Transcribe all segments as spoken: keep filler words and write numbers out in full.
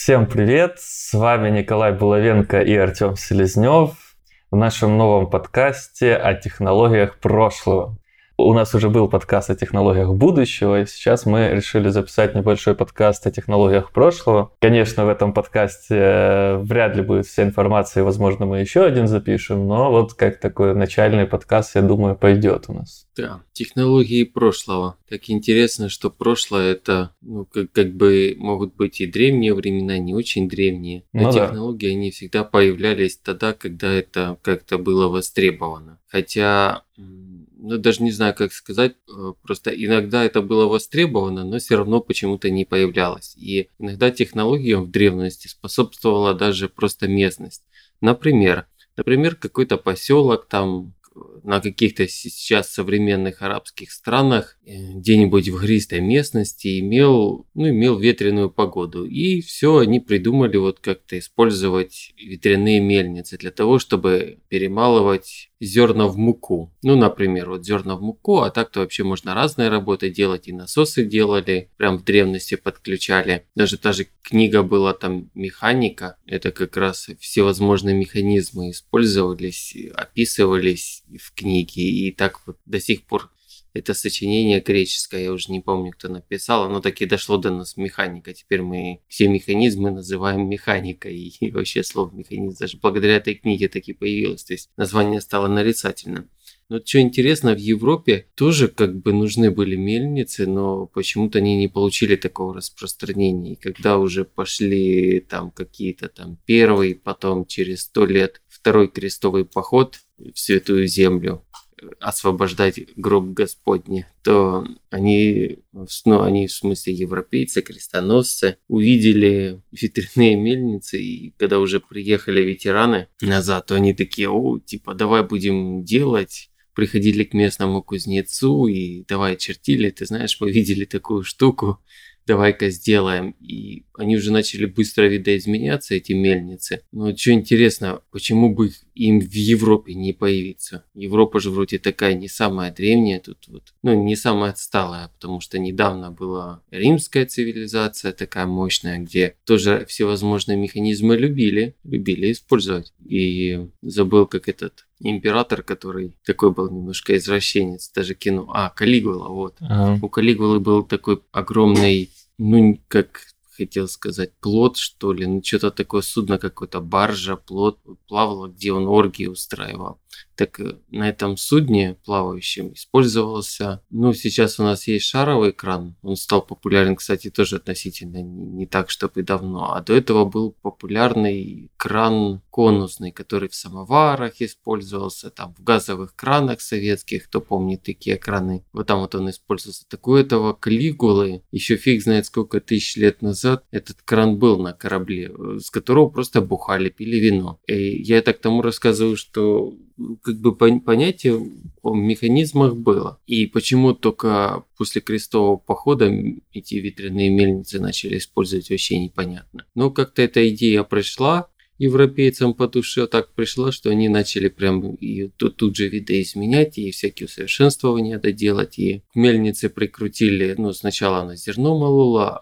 Всем привет! С вами Николай Булавенко и Артем Селезнев в нашем новом подкасте о технологиях прошлого. У нас уже был подкаст о технологиях будущего, и сейчас мы решили записать небольшой подкаст о технологиях прошлого. Конечно, в этом подкасте вряд ли будет вся информация, и, возможно, мы еще один запишем, но вот как такой начальный подкаст, я думаю, пойдет у нас. Да, технологии прошлого. Так интересно, что прошлое это, ну, как, как бы могут быть и древние времена, не очень древние. Но Ну да. технологии, они всегда появлялись тогда, когда это как-то было востребовано. Хотя, ну, даже не знаю, как сказать, просто иногда это было востребовано, но все равно почему-то не появлялось. И иногда технологиям в древности способствовала даже просто местность. Например, например, какой-то поселок там, на каких-то сейчас современных арабских странах, где-нибудь в гористой местности имел, ну, имел ветреную погоду. И все, они придумали вот как-то использовать ветряные мельницы для того, чтобы перемалывать зерна в муку. Ну, например, вот зерна в муку, а так-то вообще можно разные работы делать. И насосы делали, прям в древности подключали. Даже та же книга была там «Механика». Это как раз всевозможные механизмы использовались, описывались в книге. И так вот до сих пор это сочинение греческое, я уже не помню, кто написал, оно таки дошло до нас механика. Теперь мы все механизмы называем механикой. И вообще слово механизм даже благодаря этой книге таки появилось. То есть название стало нарицательным. Но что интересно, в Европе тоже как бы нужны были мельницы, но почему-то они не получили такого распространения. И когда уже пошли там какие-то там первый, потом через сто лет второй крестовый поход в Святую Землю, освобождать гроб Господний, то они, ну, они в смысле европейцы, крестоносцы, увидели ветряные мельницы, и когда уже приехали ветераны назад, то они такие: о, типа, давай будем делать. Приходили к местному кузнецу и давай чертили, ты знаешь, мы видели такую штуку, давай-ка сделаем. И они уже начали быстро видоизменяться, эти мельницы. Но что интересно, почему бы им в Европе не появиться? Европа же вроде такая не самая древняя тут вот, ну не самая отсталая, потому что недавно была римская цивилизация такая мощная, где тоже всевозможные механизмы любили, любили использовать. И забыл, как этот император, который такой был немножко извращенец, даже кино. А, Калигула, вот. Ага. У Калигулы был такой огромный, ну, как хотел сказать, плот, что ли, ну, что-то такое судно, какое-то баржа, плот, плавало, где он оргии устраивал. Так на этом судне плавающем использовался, ну, сейчас у нас есть шаровый кран, он стал популярен, кстати, тоже относительно не так, чтобы давно, а до этого был популярный кран конусный, который в самоварах использовался, там в газовых кранах советских, кто помнит такие краны, вот там вот он использовался. Так у этого Калигулы еще фиг знает сколько тысяч лет назад этот кран был на корабле, с которого просто бухали, пили вино. И я так тому рассказываю, что как бы понятие о механизмах было. И почему только после крестового похода эти ветряные мельницы начали использовать, вообще непонятно. Но как-то эта идея пришла европейцам по душе, так пришла, что они начали прям и тут, тут же видоизменять, и всякие усовершенствования доделать, и к мельнице прикрутили, ну, сначала она зерно молола,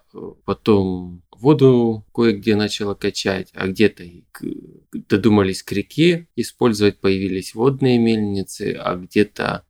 потом воду кое-где начала качать, а где-то и к, додумались к реке использовать, появились водные мельницы, а где-то,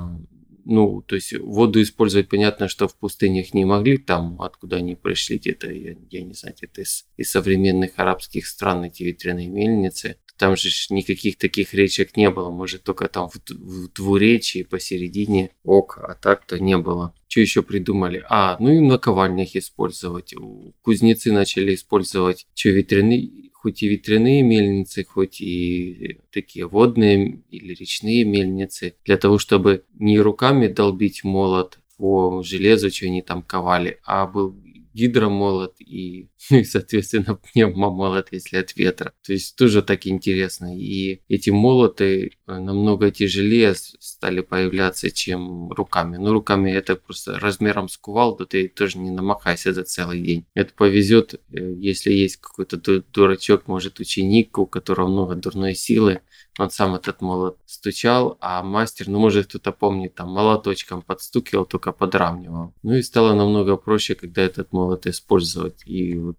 ну, то есть воду использовать, понятно, что в пустынях не могли, там, откуда они пришли, где-то, я, я не знаю, где-то из, из современных арабских стран эти ветряные мельницы. Там же никаких таких речек не было, может, только там в, в двуречии посередине ок, а так-то не было. Что еще придумали? А, ну и в наковальнях использовать. Кузнецы начали использовать, что ветряные, хоть и ветряные мельницы, хоть и такие водные или речные мельницы, для того, чтобы не руками долбить молот по железу, что они там ковали, а был гидромолот и, соответственно, пневмомолот, если от ветра. То есть тоже так интересно. И эти молоты намного тяжелее стали появляться, чем руками. Ну, руками это просто размером с кувалду, ты тоже не намахайся за целый день. Это повезет, если есть какой-то дурачок, может, ученик, у которого много дурной силы, он сам этот молот стучал, а мастер, ну, может, кто-то помнит, там, молоточком подстукивал, только подравнивал. Ну, и стало намного проще, когда этот молот использовать. И вот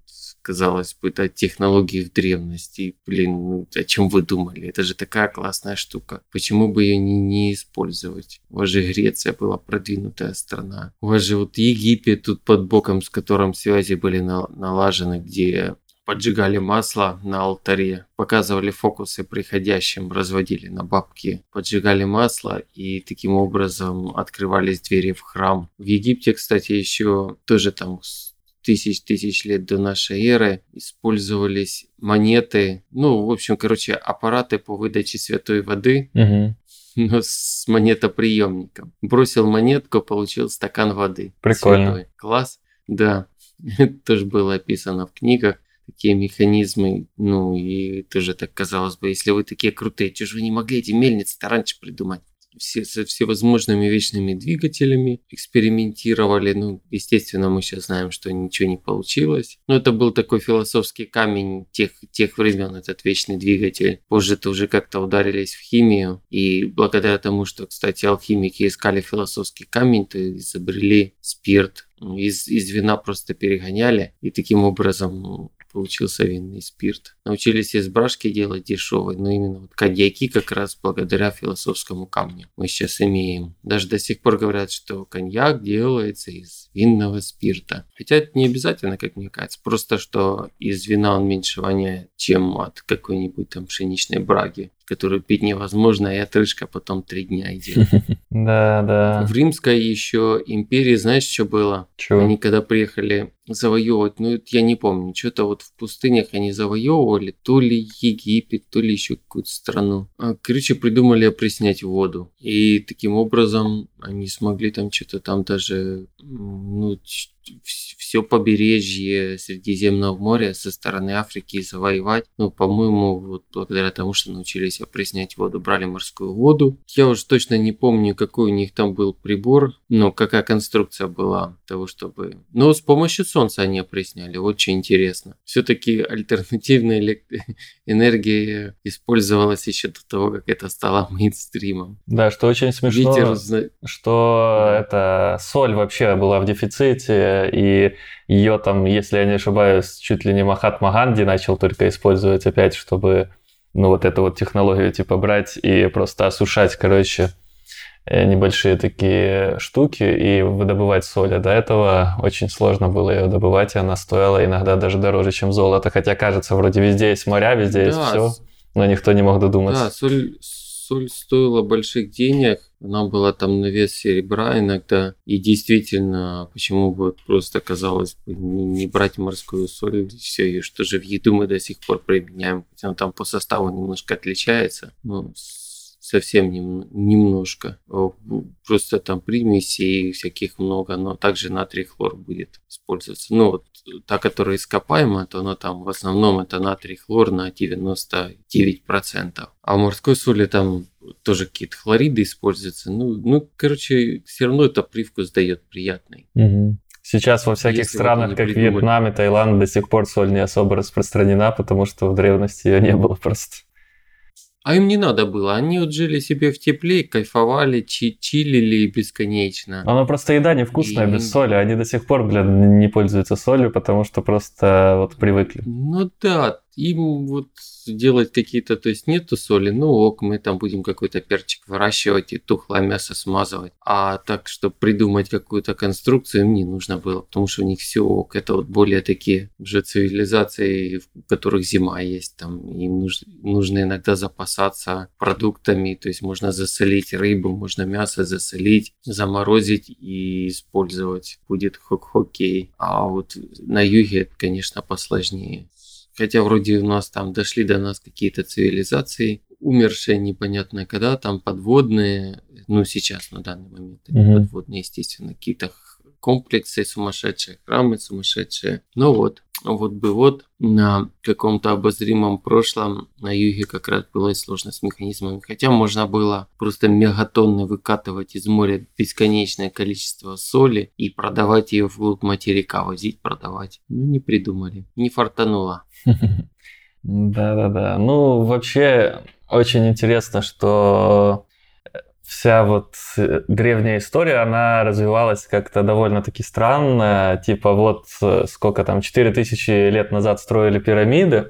казалось бы, это технологии в древности. Блин, ну, о чем вы думали? Это же такая классная штука. Почему бы ее не, не использовать? У вас же Греция была продвинутая страна. У вас же вот Египет тут под боком, с которым связи были на, налажены, где поджигали масло на алтаре, показывали фокусы приходящим, разводили на бабки, поджигали масло, и таким образом открывались двери в храм. В Египте, кстати, еще тоже там тысяч тысяч лет до нашей эры использовались монеты, ну, в общем, короче, аппараты по выдаче святой воды, Угу. но с монетоприемником. Бросил монетку, получил стакан воды. Прикольно. Святой. Класс. Да, это тоже было описано в книгах. Такие механизмы, ну и тоже так казалось бы, если вы такие крутые, чего же вы не могли эти мельницы-то раньше придумать? Все, со всевозможными вечными двигателями экспериментировали. Ну, естественно, мы сейчас знаем, что ничего не получилось. Но это был такой философский камень тех, тех времен, этот вечный двигатель. Позже-то уже как-то ударились в химию. И благодаря тому, что, кстати, алхимики искали философский камень, то изобрели спирт. Из, из вина просто перегоняли. И таким образом получился винный спирт. Научились из брашки делать дешевый, но именно вот коньяки как раз благодаря философскому камню мы сейчас имеем. Даже до сих пор говорят, что коньяк делается из винного спирта. Хотя это не обязательно, как мне кажется. Просто что из вина он меньше воняет, чем от какой-нибудь там пшеничной браги, которую пить невозможно, и отрыжка потом три дня идет. Да, да. В Римской еще империи, знаешь, что было? Чего? Они когда приехали завоевывать, ну я не помню, что-то вот в пустынях они завоевывали, то ли Египет, то ли еще какую-то страну. А, короче, придумали опреснять воду. И таким образом они смогли там что-то там даже, ну, все побережье Средиземного моря со стороны Африки завоевать. Ну, по-моему, вот благодаря тому, что научились опреснять воду, брали морскую воду. Я уже точно не помню, какой у них там был прибор, но какая конструкция была того, чтобы... Но с помощью солнца они опресняли, очень интересно. Все-таки альтернативная элект... энергия использовалась еще до того, как это стало мейнстримом. Да, что очень смешно, Ветер... что Да. эта соль вообще была в дефиците, и ее там, если я не ошибаюсь, чуть ли не Махатма Ганди начал только использовать опять, чтобы, ну, вот эту вот технологию типа брать и просто осушать, короче, небольшие такие штуки и выдобывать соль. А до этого очень сложно было ее добывать, и она стоила иногда даже дороже, чем золото. Хотя, кажется, вроде везде есть моря, везде Да, есть все, но никто не мог додуматься. Да, соль, соль стоила больших денег, она была там на вес серебра иногда. И действительно, почему бы просто, казалось бы, не, не брать морскую соль, все, ее что же в еду мы до сих пор применяем, хотя она там по составу немножко отличается. Ну, совсем нем, немножко. Просто там примесей всяких много, но также натрий хлор будет использоваться. Ну, вот та, которая ископаемая, то она там в основном это натрий хлор на девяносто девять процентов. А в морской соли там тоже какие-то хлориды используются. Ну, ну, короче, все равно это привкус дает приятный. Угу. Сейчас во всяких Если странах, вот как придумали... Вьетнам и Таиланд, до сих пор соль не особо распространена, потому что в древности ее не было просто. А им не надо было. Они вот жили себе в тепле, кайфовали, чи- чилили бесконечно. Она просто еда невкусная И... без соли. Они до сих пор, блин, не пользуются солью, потому что просто вот привыкли. Ну да, им вот делать какие-то, то есть нету соли, ну ок, мы там будем какой-то перчик выращивать и тухлое мясо смазывать. А так, чтобы придумать какую-то конструкцию, им не нужно было, потому что у них все ок. Это вот более такие уже цивилизации, в которых зима есть, там им нужно, нужно иногда запасаться продуктами, то есть можно засолить рыбу, можно мясо засолить, заморозить и использовать, будет хок-хоккей. А вот на юге это, конечно, посложнее. Хотя вроде у нас там дошли до нас какие-то цивилизации, умершие непонятно когда, там подводные, ну сейчас на данный момент они mm-hmm. подводные, естественно, какие-то комплексы сумасшедшие, храмы сумасшедшие. Ну вот, вот бы вот на каком-то обозримом прошлом на юге как раз было и сложно с механизмами. Хотя можно было просто мегатонны выкатывать из моря бесконечное количество соли и продавать ее вглубь материка, возить, продавать. Ну не придумали, не фартануло. Да-да-да. Ну вообще очень интересно, что вся вот древняя история, она развивалась как-то довольно-таки странно. Типа вот сколько там, четыре тысячи лет назад строили пирамиды,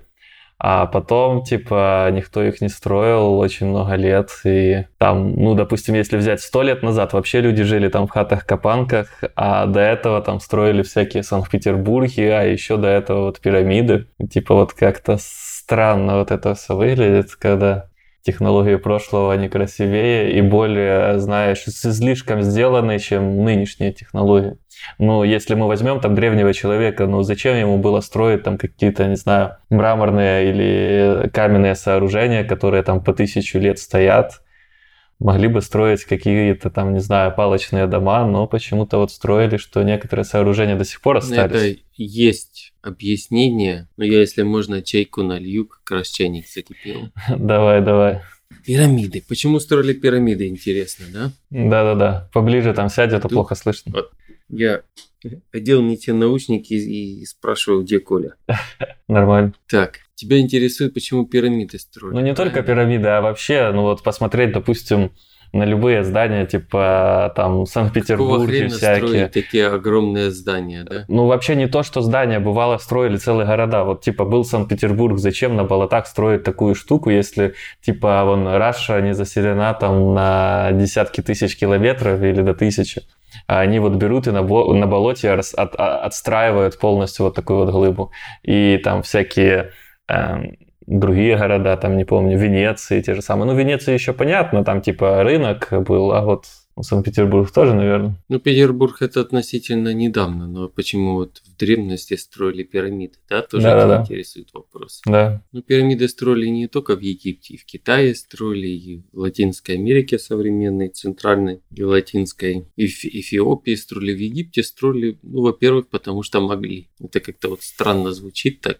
а потом, типа, никто их не строил очень много лет. И там, ну, допустим, если взять сто лет назад, вообще люди жили там в хатах-копанках, а до этого там строили всякие Санкт-Петербурги, а еще до этого вот пирамиды. Типа вот как-то странно вот это все выглядит, когда технологии прошлого, они красивее и более, знаешь, с излишком сделаны, чем нынешние технологии. Ну, если мы возьмем там древнего человека, ну, зачем ему было строить там какие-то, не знаю, мраморные или каменные сооружения, которые там по тысячу лет стоят? Могли бы строить какие-то там, не знаю, палочные дома, но почему-то вот строили, что некоторые сооружения до сих пор остались. Это есть объяснение, но я, если можно, чайку налью, как раз чайник закипел. Давай, давай. Пирамиды. Почему строили пирамиды, интересно, да? Да-да-да. Поближе там сядь, а то плохо слышно. Вот. Я одел не те наушники и спрашивал, где Коля. Нормально. Так, тебя интересует, почему пирамиды строили? Ну, не только пирамиды, а вообще, ну вот посмотреть, допустим, на любые здания, типа там Санкт-Петербурге всякие. Строить такие огромные здания, да? Ну, вообще не то, что здания, бывало, строили целые города. Вот, типа, был Санкт-Петербург, зачем на болотах строить такую штуку, если, типа, вон, Раша не заселена там на десятки тысяч километров или до тысячи. А они вот берут и на, бо- на болоте от, от, отстраивают полностью вот такую вот глыбу. И там всякие... Эм, другие города, там, не помню, Венеции те же самые. Ну, Венеция еще понятно, там, типа, рынок был, а вот Санкт-Петербург тоже, наверное. Ну, Петербург это относительно недавно, но почему вот в древности строили пирамиды, да? Тоже да, тебя да, интересует вопрос. Да. Ну, пирамиды строили не только в Египте, и в Китае строили, и в Латинской Америке современной, Центральной и Латинской, и в Эфиопии строили, в Египте строили, ну, во-первых, потому что могли. Это как-то вот странно звучит так.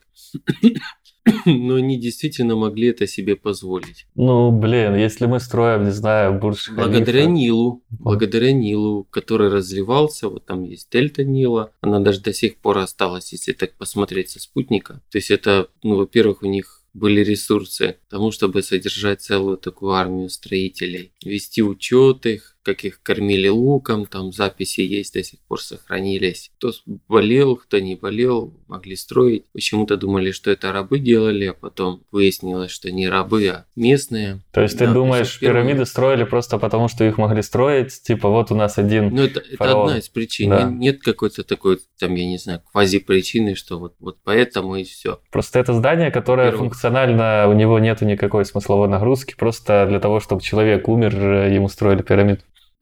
Но они действительно могли это себе позволить. Ну, блин, если мы строим, не знаю, Бурдж-Халифа... Благодаря Нилу, благодаря Нилу, который разливался, вот там есть дельта Нила, она даже до сих пор осталась, если так посмотреть со спутника. То есть это, ну, во-первых, у них были ресурсы к тому, чтобы содержать целую такую армию строителей, вести учет их, как их кормили луком, там записи есть, до сих пор сохранились. Кто болел, кто не болел, могли строить. Почему-то думали, что это рабы делали, а потом выяснилось, что не рабы, а местные. То есть да, ты думаешь, первые... пирамиды строили просто потому, что их могли строить? Типа вот у нас один Ну это, это одна из причин. Да. Нет какой-то такой, там, я не знаю, квази-причины, что вот, вот поэтому и все. Просто это здание, которое Первых. функционально, у него нету никакой смысловой нагрузки, просто для того, чтобы человек умер, ему строили пирамиду.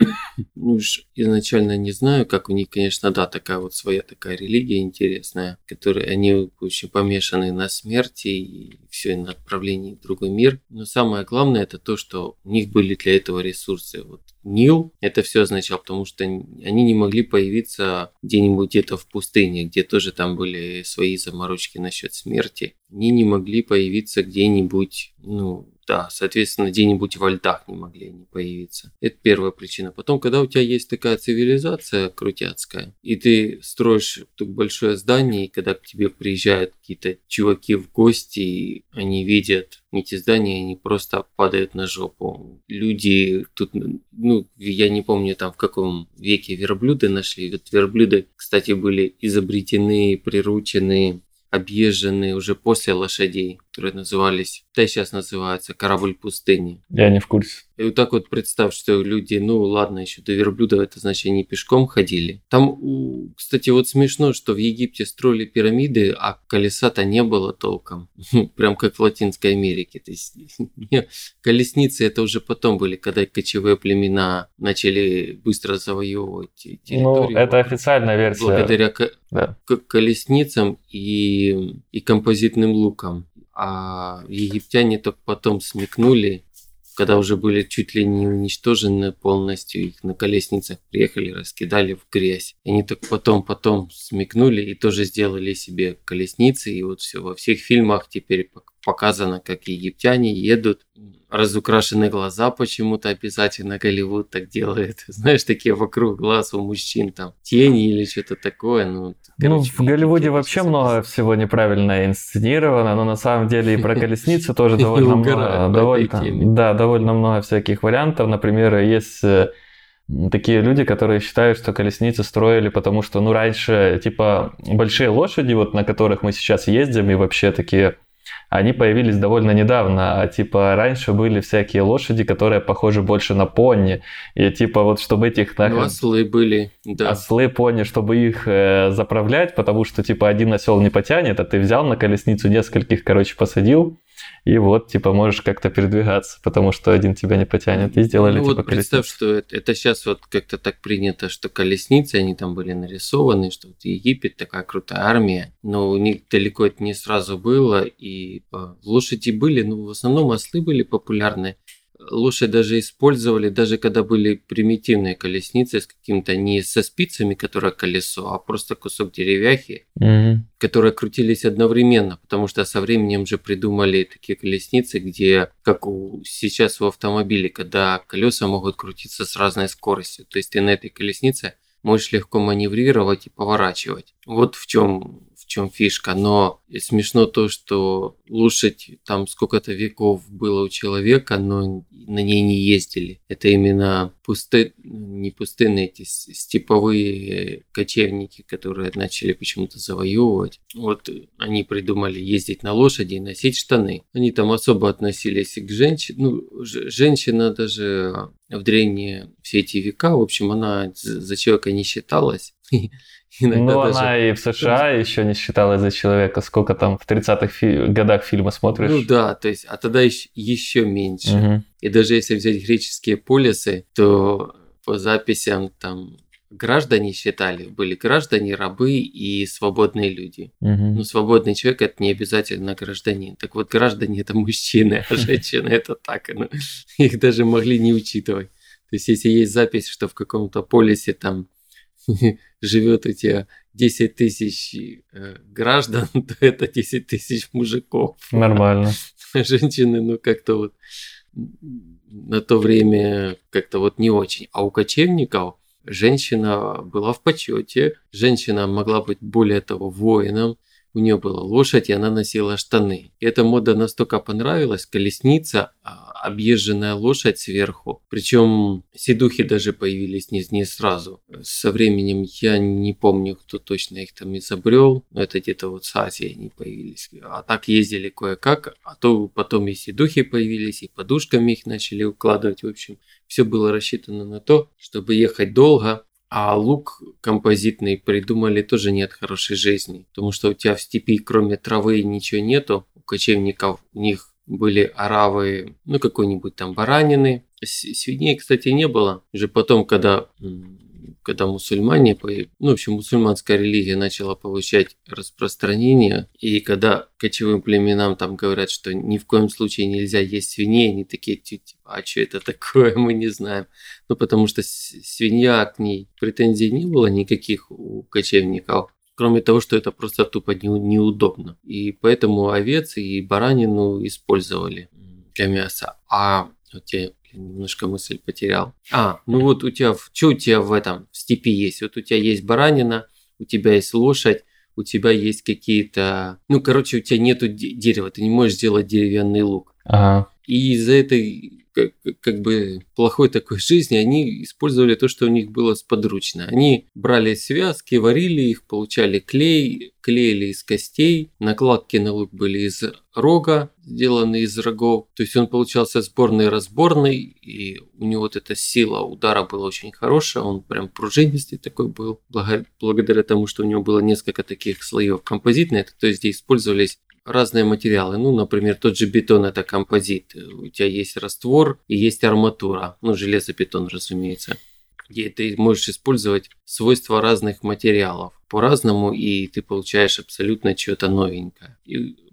Ну уж изначально не знаю, как у них, конечно, да, такая вот своя такая религия интересная, которая они очень помешаны на смерти и все на отправлении в другой мир. Но самое главное это то, что у них были для этого ресурсы. Вот Нил это все означало, потому что они не могли появиться где-нибудь где-то в пустыне, где тоже там были свои заморочки насчет смерти. Они не могли появиться где-нибудь, ну, да, соответственно, где-нибудь во льдах не могли они появиться. Это первая причина. Потом, когда у тебя есть такая цивилизация крутяцкая, и ты строишь большое здание, и когда к тебе приезжают какие-то чуваки в гости, и они видят эти здания, они просто падают на жопу. Люди тут, ну, я не помню там в каком веке верблюды нашли. Вот верблюды, кстати, были изобретены, приручены, объезжены уже после лошадей, которые назывались, да и сейчас называются, корабль пустыни. Я не в курсе. И вот так вот представь, что люди, ну ладно, еще до верблюдов, это значит они пешком ходили. Там, кстати, вот смешно, что в Египте строили пирамиды, а колеса-то не было толком. Прям как в Латинской Америке. То есть колесницы это уже потом были, когда кочевые племена начали быстро завоевывать территорию. Ну, это официальная версия. Благодаря да. колесницам и, и композитным лукам. А египтяне только потом смекнули, когда уже были чуть ли не уничтожены полностью, их на колесницах приехали, раскидали в грязь. Они только потом-потом смекнули и тоже сделали себе колесницы. И вот все во всех фильмах теперь показано, как египтяне едут, разукрашены глаза почему-то обязательно, Голливуд так делает. Знаешь, такие вокруг глаз у мужчин там тени или что-то такое. Ну, короче, ну в Голливуде вообще много всего неправильно инсценировано, но на самом деле и про колесницу тоже довольно много. Довольно, да, довольно много всяких вариантов. Например, есть такие люди, которые считают, что колесницы строили, потому что, ну, раньше, типа, большие лошади, вот на которых мы сейчас ездим, и вообще такие, они появились довольно недавно, а, типа, раньше были всякие лошади, которые похожи больше на пони, и, типа, вот, чтобы этих... Ну, ослы были, да. Ослы, пони, чтобы их э, заправлять, потому что, типа, один осел не потянет, а ты взял на колесницу нескольких, короче, посадил, и вот, типа, можешь как-то передвигаться, потому что один тебя не потянет. И сделали, ну, типа, вот представь, что это, это сейчас вот как-то так принято, что колесницы, они там были нарисованы, что вот Египет такая крутая армия, но у них далеко это не сразу было, и лошади были, ну, в основном ослы были популярны. Лошадь даже использовали, даже когда были примитивные колесницы с каким-то не со спицами, которое колесо, а просто кусок деревяхи, mm-hmm. которые крутились одновременно, потому что со временем же придумали такие колесницы, где, как у, сейчас у автомобилей, когда колеса могут крутиться с разной скоростью, то есть ты на этой колеснице можешь легко маневрировать и поворачивать. Вот в чем в чем фишка. Но смешно то, что лошадь там сколько-то веков было у человека, но на ней не ездили. Это именно пусты... не пустынные, эти степовые кочевники, которые начали почему-то завоевывать. Вот они придумали ездить на лошади и носить штаны. Они там особо относились к женщине. Ну, женщина даже в древние все эти века, в общем, она за человека не считалась. Иногда ну, даже... она и в США еще не считалась за человека. Сколько там в тридцатых фи... годах фильма смотришь? Ну да, то есть, а тогда еще, еще меньше. Угу. И даже если взять греческие полисы, то по записям там граждане считали, были граждане, рабы и свободные люди. Угу. Ну, свободный человек – это не обязательно гражданин. Так вот, граждане – это мужчины, а женщины – это так. Ну, их даже могли не учитывать. То есть, если есть запись, что в каком-то полисе там живет у тебя десять тысяч э, граждан, то это десять тысяч мужиков. Нормально. Женщины, ну, как-то вот на то время как-то вот не очень. А у кочевников женщина была в почете, женщина могла быть, более того, воином, у нее была лошадь, и она носила штаны. И эта мода настолько понравилась, колесница, объезженная лошадь сверху. Причем седухи даже появились не, не сразу. Со временем я не помню, кто точно их там изобрел, но это где-то вот с Азии они появились. А так ездили кое-как, а то потом и седухи появились, и подушками их начали укладывать. В общем, все было рассчитано на то, чтобы ехать долго. А лук композитный придумали тоже не от хорошей жизни, потому что у тебя в степи кроме травы ничего нету, у кочевников у них были оравы, ну какой-нибудь там баранины, свиней, кстати, не было. Уже потом, когда, когда мусульмане, ну в общем мусульманская религия начала получать распространение, и когда кочевым племенам там говорят, что ни в коем случае нельзя есть свиней, они такие, типа, а что это такое, мы не знаем. Ну, потому что свинья, к ней претензий не было никаких у кочевников, кроме того, что это просто тупо не, неудобно. И поэтому овец и баранину использовали для мяса. А вот я немножко мысль потерял. А, ну вот у тебя, что у тебя в этом, в степи есть? Вот у тебя есть баранина, у тебя есть лошадь, у тебя есть какие-то... Ну, короче, у тебя нету дерева, ты не можешь сделать деревянный лук. Ага. И из-за этой как, как бы плохой такой жизни они использовали то, что у них было сподручно. Они брали связки, варили их, получали клей, клеили из костей, накладки на лук были из рога, сделаны из рогов. То есть он получался сборный-разборный, и у него вот эта сила удара была очень хорошая, он прям пружинистый такой был, благодаря тому, что у него было несколько таких слоев. Композитные, то есть где использовались разные материалы. Ну, например, тот же бетон – это композит. У тебя есть раствор и есть арматура. Ну, железобетон, разумеется. Где ты можешь использовать свойства разных материалов по-разному, и ты получаешь абсолютно что-то новенькое. И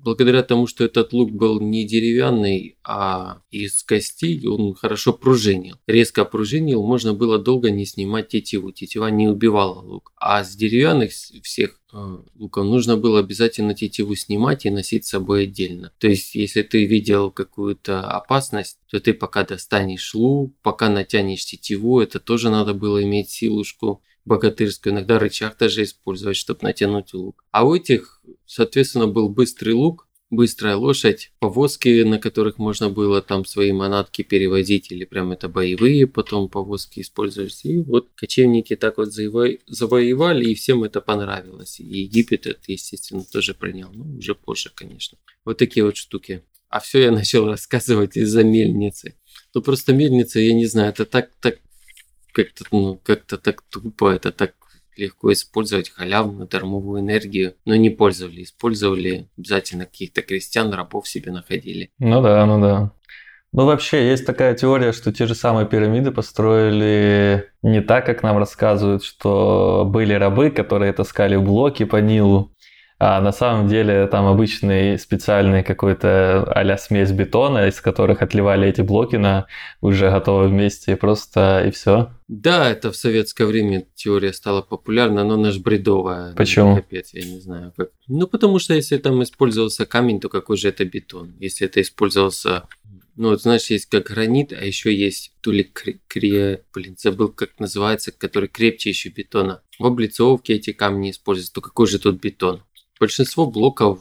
благодаря тому, что этот лук был не деревянный, а из костей, он хорошо пружинил. Резко пружинил, можно было долго не снимать тетиву. Тетива не убивала лук. А с деревянных всех луков нужно было обязательно тетиву снимать и носить с собой отдельно. То есть, если ты видел какую-то опасность, то ты пока достанешь лук, пока натянешь тетиву, это тоже надо было иметь силушку богатырскую, иногда рычаг даже использовать, чтобы натянуть лук. А у этих, соответственно, был быстрый лук, быстрая лошадь, повозки, на которых можно было там свои манатки перевозить, или прям это боевые потом повозки использовались. И вот кочевники так вот завоевали, и всем это понравилось. И Египет это, естественно, тоже принял, но уже позже, конечно. Вот такие вот штуки. А все я начал рассказывать из-за мельницы. Ну просто мельница, я не знаю, это так, так как-то, ну, как-то так тупо, это так легко использовать халявную дармовую энергию, но не пользовали, использовали обязательно каких-то крестьян, рабов себе находили. Ну да, ну да. Ну вообще есть такая теория, что те же самые пирамиды построили не так, как нам рассказывают, что были рабы, которые таскали блоки по Нилу, а на самом деле там обычный специальный какой-то а-ля смесь бетона, из которых отливали эти блоки на уже готовом месте, просто и все. Да, это в советское время теория стала популярна, но она же бредовая. Почему? Капец, я не знаю как. Ну, потому что если там использовался камень, то какой же это бетон? Если это использовался, ну, вот знаешь, есть как гранит, а еще есть то ли кре... Блин, забыл, как называется, который крепче еще бетона. В облицовке эти камни используются, то какой же тут бетон? Большинство блоков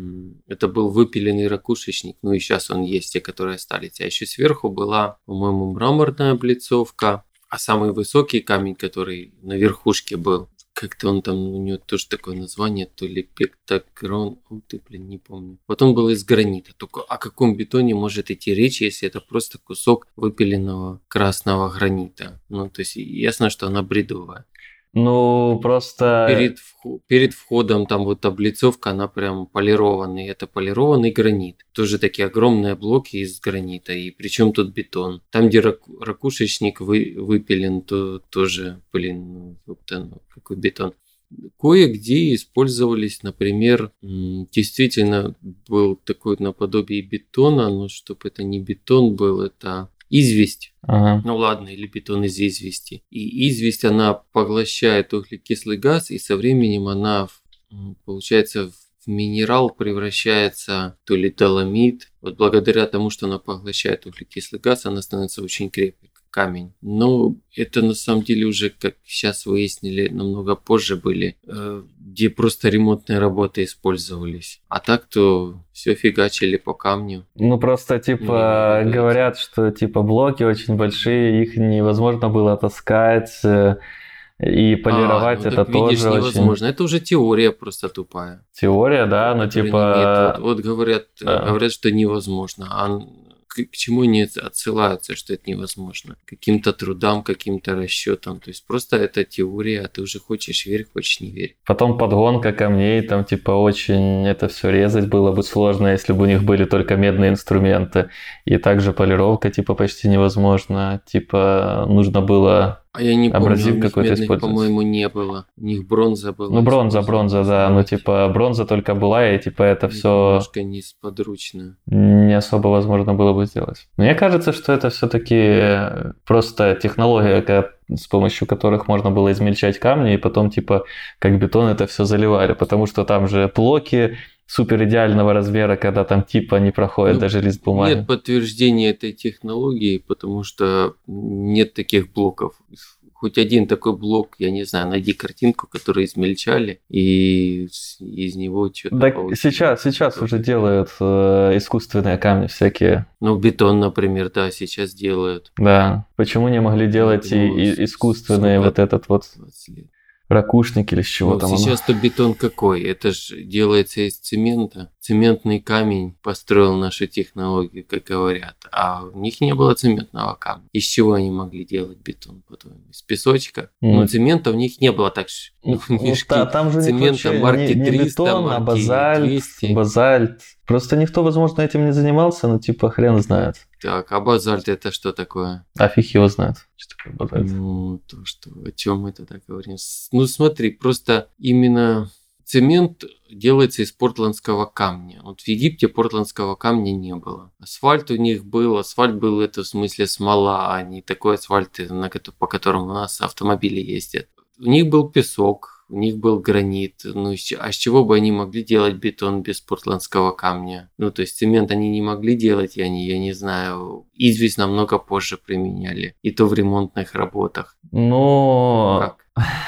это был выпиленный ракушечник, ну и сейчас он есть, те, которые остались. А еще сверху была, по-моему, мраморная облицовка, а самый высокий камень, который на верхушке был, как-то он там, у него тоже такое название, то ли пектагрон, о, ты, блин, не помню. Вот он был из гранита. Только о каком бетоне может идти речь, если это просто кусок выпиленного красного гранита? Ну, то есть ясно, что она бредовая. Ну, просто... Перед, вход, перед входом там вот облицовка, она прям полированный. Это полированный гранит. Тоже такие огромные блоки из гранита. И причем тут бетон. Там, где рак, ракушечник вы, выпилен, то тоже, блин, ну, какой бетон. Кое-где использовались, например, действительно был такой наподобие бетона, но чтобы это не бетон был, это... Известь. Ага. Ну ладно, или бетон из извести. И известь, она поглощает углекислый газ, и со временем она, получается, в минерал превращается, то ли доломит. Вот благодаря тому, что она поглощает углекислый газ, она становится очень крепкой, как камень. Но это на самом деле уже, как сейчас выяснили, намного позже были, где просто ремонтные работы использовались. А так-то все фигачили по камню. Ну просто типа Не, говорят, что типа блоки очень большие, их невозможно было таскать и полировать. А, ну, это так, тоже видишь, невозможно. очень... Это уже теория просто тупая. Теория, да, но типа... Вот, вот говорят, да. говорят, что невозможно. А к, к чему они отсылаются, что это невозможно? К каким-то трудам, каким-то расчетам. То есть просто это теория, а ты уже хочешь верь, хочешь не верь. Потом подгонка камней, там типа очень это все резать было бы сложно, если бы у них были только медные инструменты. И также полировка типа почти невозможно. Типа нужно было... А я не помню, абразив у них какой-то медных, использовать. по-моему, не было. У них бронза была. Ну, бронза, бронза, да. Ну, типа, бронза только была, и типа это все немножко несподручно. Не особо возможно было бы сделать. Мне кажется, что это все-таки просто технология, с помощью которых можно было измельчать камни, и потом, типа, как бетон это все заливали. Потому что там же блоки супер идеального размера, когда там типа не проходит ну, даже лист бумаги. Нет подтверждения этой технологии, потому что нет таких блоков. Хоть один такой блок, я не знаю, найди картинку, которую измельчали, и из него что-то да получилось. Сейчас, сейчас уже делают э, искусственные камни всякие. Ну, бетон, например, да, сейчас делают. Да. Почему не могли делать ну, и, и искусственные вот этот вот... ракушник или с чего ну, там сейчас-то бетон какой? Это же делается из цемента. Цементный камень построил нашу технологию, как говорят. А у них не было цементного камня. Из чего они могли делать бетон потом? Из песочка? Mm. Ну, цемента у них не было так же. Ну, да, там же цемента марки не, не триста, бетон, марки а базальт, двести. Базальт. Просто никто, возможно, этим не занимался, но типа хрен знает. Так, а базальт это что такое? А фиг его знает, что такое базальт. Ну, то что, о чем мы тогда говорим? Ну, смотри, просто именно цемент делается из портландского камня. Вот в Египте портландского камня не было. Асфальт у них был. Асфальт был это в смысле смола, а не такой асфальт, на, по которому у нас автомобили ездят. У них был песок, у них был гранит. Ну, а с чего бы они могли делать бетон без портландского камня? Ну, то есть цемент они не могли делать, и они, я не знаю, известь намного позже применяли. И то в ремонтных работах. Но... Как?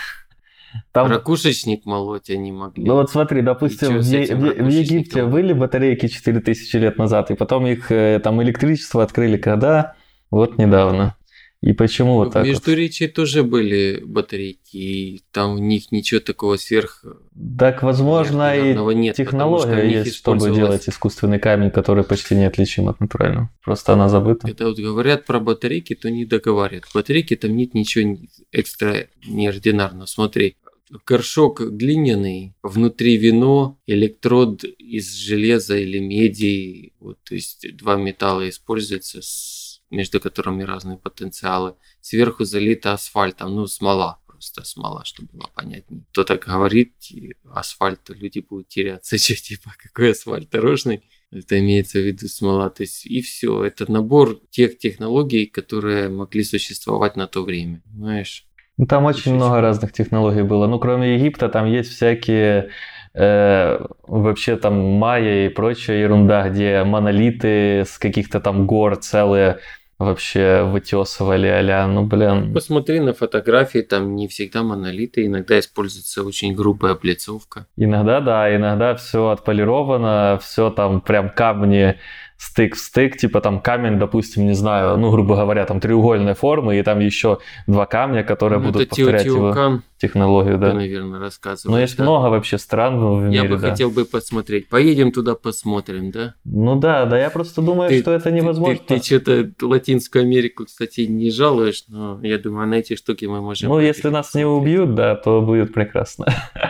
Там... Ракушечник молоть они могли. Ну вот смотри, допустим, в, е- в Египте были батарейки четыре тысячи лет назад, и потом их там электричество открыли когда? Вот недавно. И почему вот так? В Междуречии вот? Тоже были батарейки, и там в них ничего такого сверх... Так, возможно, и нет, технология есть, чтобы делать искусственный камень, который почти неотличим от натурального. Просто она забыта. Когда вот говорят про батарейки, то не договорят. В батарейке там нет ничего экстраординарного. Смотри, горшок глиняный, внутри вино, электрод из железа или меди, вот, то есть два металла используются, с, между которыми разные потенциалы. Сверху залито асфальтом, ну смола, просто смола, чтобы было понятнее. Кто так говорит, асфальт, то люди будут теряться, что типа какой асфальт дорожный. Это имеется в виду смола. То есть и все. Это набор тех технологий, которые могли существовать на то время. Понимаешь? Ну, там очень Еще много разных технологий было. Ну, кроме Египта, там есть всякие э, вообще там майя и прочая ерунда, где монолиты с каких-то там гор целые вообще вытесывали, а-ля, ну, блин. Посмотри на фотографии, там не всегда монолиты, иногда используется очень грубая облицовка. Иногда, да, иногда все отполировано, все там прям камни стык в стык, типа там камень, допустим, не знаю, ну, грубо говоря, там треугольной формы, и там еще два камня, которые ну, будут повторять его технологию, да. Ты, наверное, рассказываешь. Но есть да? много вообще стран в мире, Я бы да. хотел бы посмотреть. Поедем туда посмотрим, да? Ну да, да, я просто думаю, ты, что это невозможно. Ты, ты, ты что-то Латинскую Америку, кстати, не жалуешь, но я думаю, на эти штуки мы можем... Ну, если нас не убьют, да, то будет прекрасно.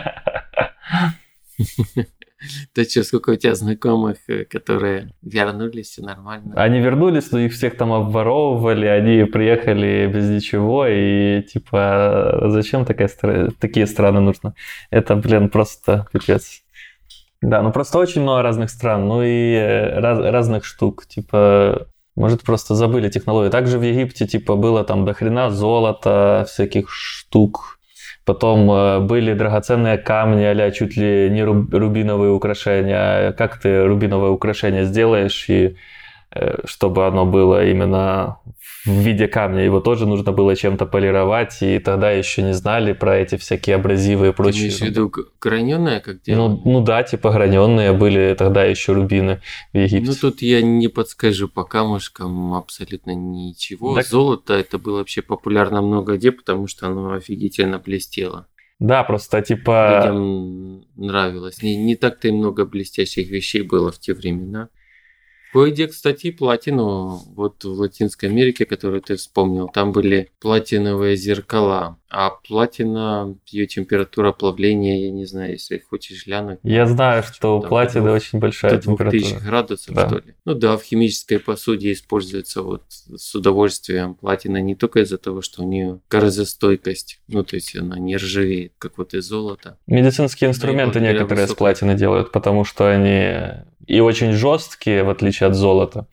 Да что, сколько у тебя знакомых, которые вернулись, все нормально? Они вернулись, но их всех там обворовывали, они приехали без ничего, и типа, зачем такая, такие страны нужны? Это, блин, просто пипец. Да, ну просто очень много разных стран, ну и раз, разных штук, типа... Может, просто забыли технологии. Также в Египте, типа, было там дохрена золота, всяких штук. Потом э, были драгоценные камни, а-ля чуть ли не руб- рубиновые украшения. Как ты рубиновое украшение сделаешь, и э, чтобы оно было именно в виде камня, его тоже нужно было чем-то полировать, и тогда еще не знали про эти всякие абразивы и прочее. Ты имеешь в виду граненое, как делали? Ну, ну да, типа граненые были тогда еще рубины в Египте. Ну тут я не подскажу по камушкам абсолютно ничего. Так... Золото это было вообще популярно много где, потому что оно офигительно блестело. Да, просто типа... Людям нравилось. Не, не так-то и много блестящих вещей было в те времена. Кое-где, кстати, платину, вот в Латинской Америке, которую ты вспомнил, там были платиновые зеркала, а платина, ее температура плавления, я не знаю, если хочешь глянуть. Я знаю, что у платины очень большая температура. двух тысяч градусов, да. Что ли? Ну да, в химической посуде используется вот с удовольствием платина не только из-за того, что у нее коррозостойкость, ну то есть она не ржавеет, как вот и золото. Медицинские инструменты да, некоторые высокая... с платины делают, потому что они... И очень жесткие, в отличие от золота,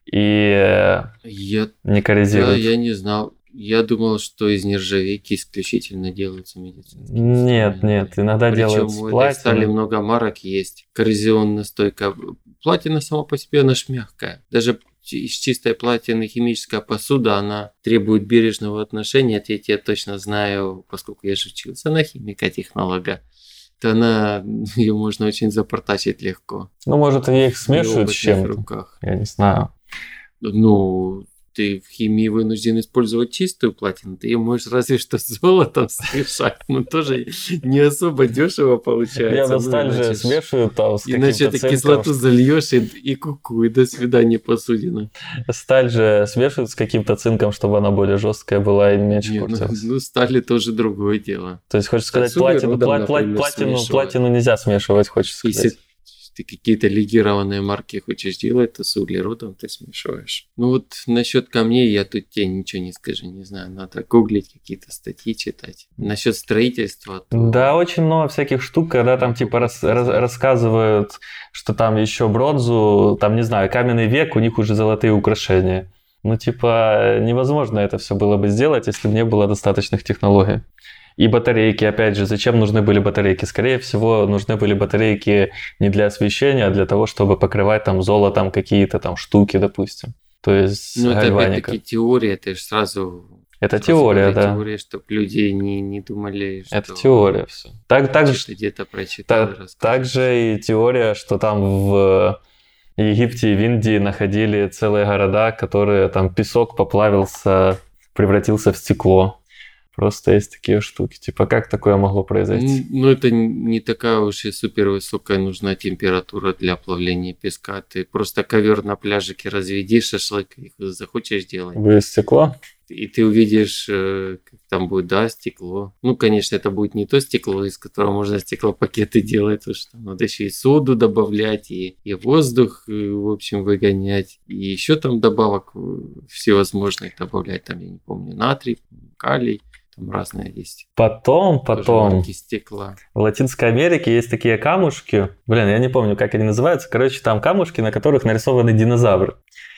и я, не коррозируют. Да, я не знал. Я думал, что из нержавейки исключительно делаются медицинские Нет, инструменты. нет, иногда Причем делают с платиной. Причем у стали много марок есть. Коррозионная стойка. Платина сама по себе, она ж мягкая. Даже из чистой платины химическая посуда, она требует бережного отношения. Это я, я точно знаю, поскольку я же учился на химика-технолога. То она, ее можно очень запортачить легко. Ну, может, они их смешивают с чем-то. Руках. Я не знаю. Ну, ты в химии вынужден использовать чистую платину, ты ее можешь разве что с золотом смешать, но тоже не особо дешево получается. Я досталь же смешивают там с каким-то иначе ты кислоту зальешь и, и ку-ку, и до свидания, посудина. Сталь же смешивают с каким-то цинком, чтобы она более жесткая была и меньше портилась. Ну, ну, стали тоже другое дело. То есть, хочешь сказать, платину, родом, пла- например, платину, платину нельзя смешивать, хочешь сказать? Если Ты какие-то легированные марки хочешь делать, то с углеродом ты смешиваешь. Ну вот насчет камней я тут тебе ничего не скажу, не знаю, надо гуглить, какие-то статьи читать. Насчет строительства, то... Да, очень много всяких штук, когда там типа рас, рас, рассказывают, что там еще бронзу, там, не знаю, каменный век, у них уже золотые украшения. Ну, типа, невозможно это все было бы сделать, если бы не было достаточных технологий. И батарейки, опять же, зачем нужны были батарейки? Скорее всего, нужны были батарейки не для освещения, а для того, чтобы покрывать там золотом какие-то там штуки, допустим. То есть ну, это гальваника. опять-таки теория, ты же сразу... Это сразу теория, это да. Теория, чтобы люди не, не думали, что... Это теория все. Так, так, что где-то прочитал и рассказал. Также и теория, что там в Египте и в Индии находили целые города, которые там песок поплавился, превратился в стекло. Просто есть такие штуки. Типа, как такое могло произойти? Ну, это не такая уж и супер высокая нужна температура для плавления песка. Ты просто ковер на пляжике разведи, шашлык их захочешь делать. Будет стекло? И ты увидишь, как там будет, да, стекло. Ну, конечно, это будет не то стекло, из которого можно стеклопакеты делать, потому что надо еще и соду добавлять, и, и воздух, в общем, выгонять, и еще там добавок всевозможных добавлять, там, я не помню, натрий, калий. Там разные есть. Потом, потом, стекла. В Латинской Америке есть такие камушки, блин, я не помню, как они называются, короче, там камушки, на которых нарисованы динозавры.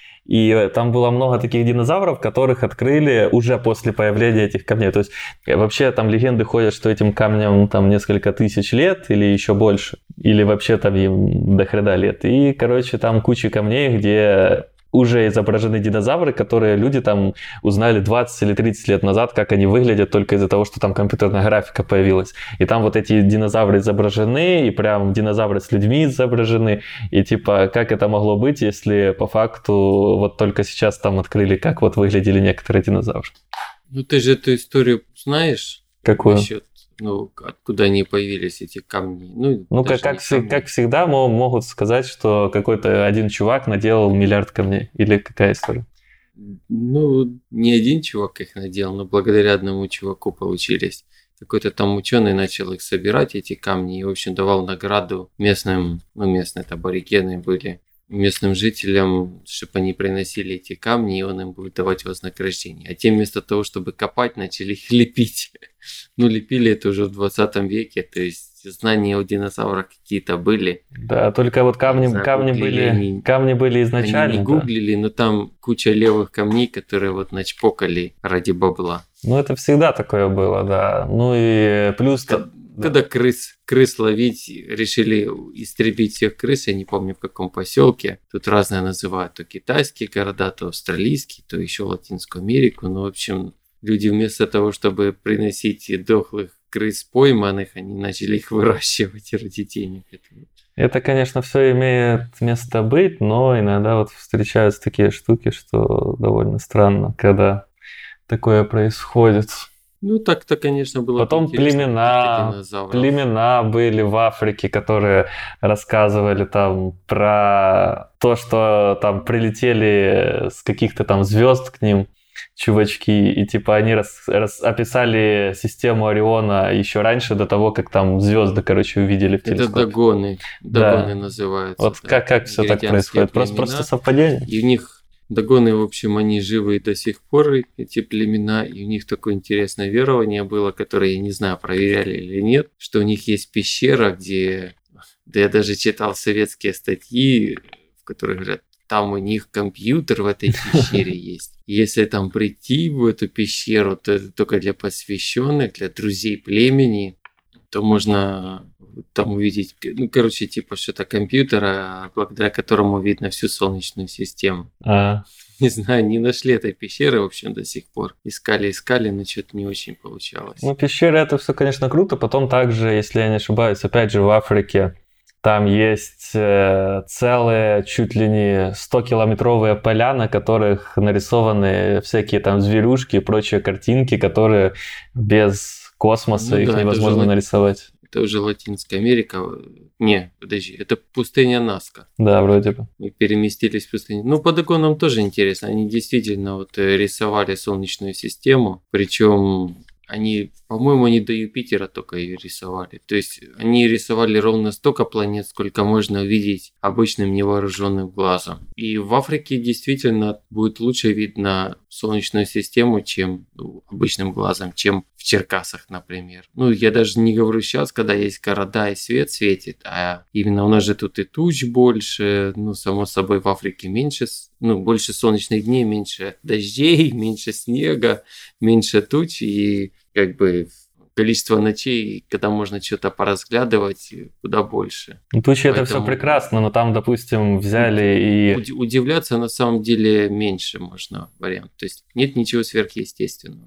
И там было много таких динозавров, которых открыли уже после появления этих камней. То есть вообще там легенды ходят, что этим камням там несколько тысяч лет или еще больше. Или вообще там им до хрена лет. И, короче, там куча камней, где... уже изображены динозавры, которые люди там узнали двадцать или тридцать лет назад, как они выглядят только из-за того, что там компьютерная графика появилась. И там вот эти динозавры изображены, и прям динозавры с людьми изображены. И типа, как это могло быть, если по факту вот только сейчас там открыли, как вот выглядели некоторые динозавры. Ну ты же эту историю знаешь? Какую? Насчет, ну, откуда они появились, эти камни. Ну, ну как, как, как всегда могут сказать, что какой-то один чувак наделал миллиард камней. Или какая история? Ну, не один чувак их наделал, но благодаря одному чуваку получились. Какой-то там ученый начал их собирать, эти камни, и, в общем, давал награду местным, ну, местные аборигены были, местным жителям, чтобы они приносили эти камни, и он им будет давать вознаграждение. А те вместо того, чтобы копать, начали их лепить. Ну, лепили это уже в двадцатом веке, то есть знания о динозаврах какие-то были. Да, только вот камни, знаю, камни, были, они, камни были изначально. Они не гуглили, да. Но там куча левых камней, которые вот начпокали ради бабла. Ну, это всегда такое было, да. Ну и плюс... Когда, да. когда крыс, крыс ловить, решили истребить всех крыс, я не помню в каком поселке. Тут разные называют, то китайские города, то австралийские, то еще Латинскую Америку. Ну, в общем, люди вместо того, чтобы приносить дохлых крыс пойманных, они начали их выращивать ради денег. Это, конечно, все имеет место быть, но иногда вот встречаются такие штуки, что довольно странно, когда такое происходит. Ну, так-то, конечно, было. Потом племена, племена были в Африке, которые рассказывали там про то, что там прилетели с каких-то там звезд к ним чувачки, и типа они рас, рас, описали систему Ориона еще раньше, до того, как там звезды, короче, увидели в телескопе. Это догоны, догоны да. называются. Вот да. как, как все так происходит? Просто, просто совпадение? И у них догоны, в общем, они живы до сих пор, эти племена, и у них такое интересное верование было, которое, я не знаю, проверяли или нет, что у них есть пещера, где, да я даже читал советские статьи, в которых говорят, там у них компьютер в этой пещере есть. Если там прийти в эту пещеру, то это только для посвященных, для друзей племени, то можно там увидеть, ну, короче, типа что-то компьютера, благодаря которому видно всю Солнечную систему. А. Не знаю, не нашли этой пещеры, в общем, до сих пор. Искали, искали, но что-то не очень получалось. Ну, пещеры это все, конечно, круто. Потом также, если я не ошибаюсь, опять же в Африке, там есть э, целые, чуть ли не сто-километровые поля, на которых нарисованы всякие там зверюшки и прочие картинки, которые без космоса ну, их да, невозможно это нарисовать. Это уже Латинская Америка. Не, подожди, это пустыня Наска. Да, вроде бы. Мы переместились в пустыню. Ну, по догонам тоже интересно. Они действительно вот рисовали Солнечную систему, причем они, по-моему, они до Юпитера только ее рисовали. То есть они рисовали ровно столько планет, сколько можно увидеть обычным невооруженным глазом. И в Африке действительно будет лучше видно Солнечную систему, чем ну, обычным глазом, чем в Черкасах, например. Ну, я даже не говорю сейчас, когда есть города и свет светит, а именно у нас же тут и туч больше, ну, само собой, в Африке меньше, ну, больше солнечных дней, меньше дождей, меньше снега, меньше туч, и как бы количество ночей, когда можно что-то поразглядывать, куда больше. Ну, тучи Поэтому... это все прекрасно, но там, допустим, взяли и... Удивляться на самом деле меньше можно вариант. То есть нет ничего сверхъестественного.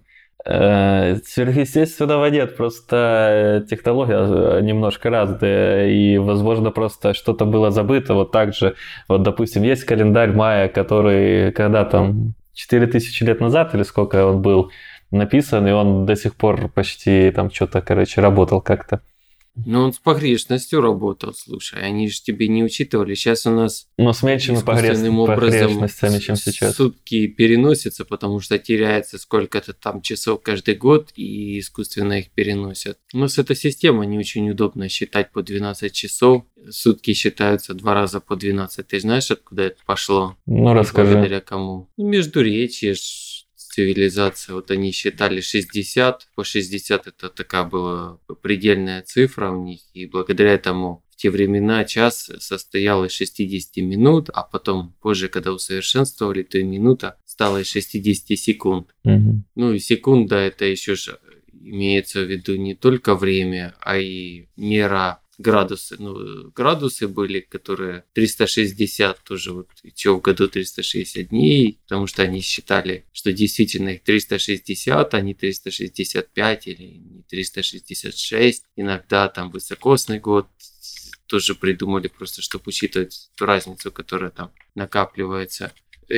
Сверхъестественного нет, просто технология немножко разная, и, возможно, просто что-то было забыто. Вот так же, вот, допустим, есть календарь майя, который когда там четыре тысячи лет назад, или сколько он был написан, и он до сих пор почти там что-то, короче, работал как-то. Ну, он с погрешностью работал, слушай, они же тебе не учитывали. Сейчас у нас Но с меньшими искусственным образом чем сейчас. Сутки переносятся, потому что теряется сколько-то там часов каждый год, и искусственно их переносят. У нас эта система не очень удобно считать по двенадцать часов. Сутки считаются два раза по двенадцать. Ты знаешь, откуда это пошло? Ну, расскажи. Благодаря кому? Ну, Междуречье, цивилизация, вот они считали шестьдесят, по шестьдесят это такая была предельная цифра у них, и благодаря этому в те времена час состоял из шестьдесят минут, а потом позже, когда усовершенствовали, то и минута стала из шестьдесят секунд. Угу. Ну и секунда это еще же имеется в виду не только время, а и мера градусы. Ну, градусы были, которые триста шестьдесят тоже, вот, что в году триста шестьдесят дней, потому что они считали, что действительно их триста шестьдесят, а не триста шестьдесят пять или триста шестьдесят шесть. Иногда там высокосный год тоже придумали просто, чтобы учитывать ту разницу, которая там накапливается.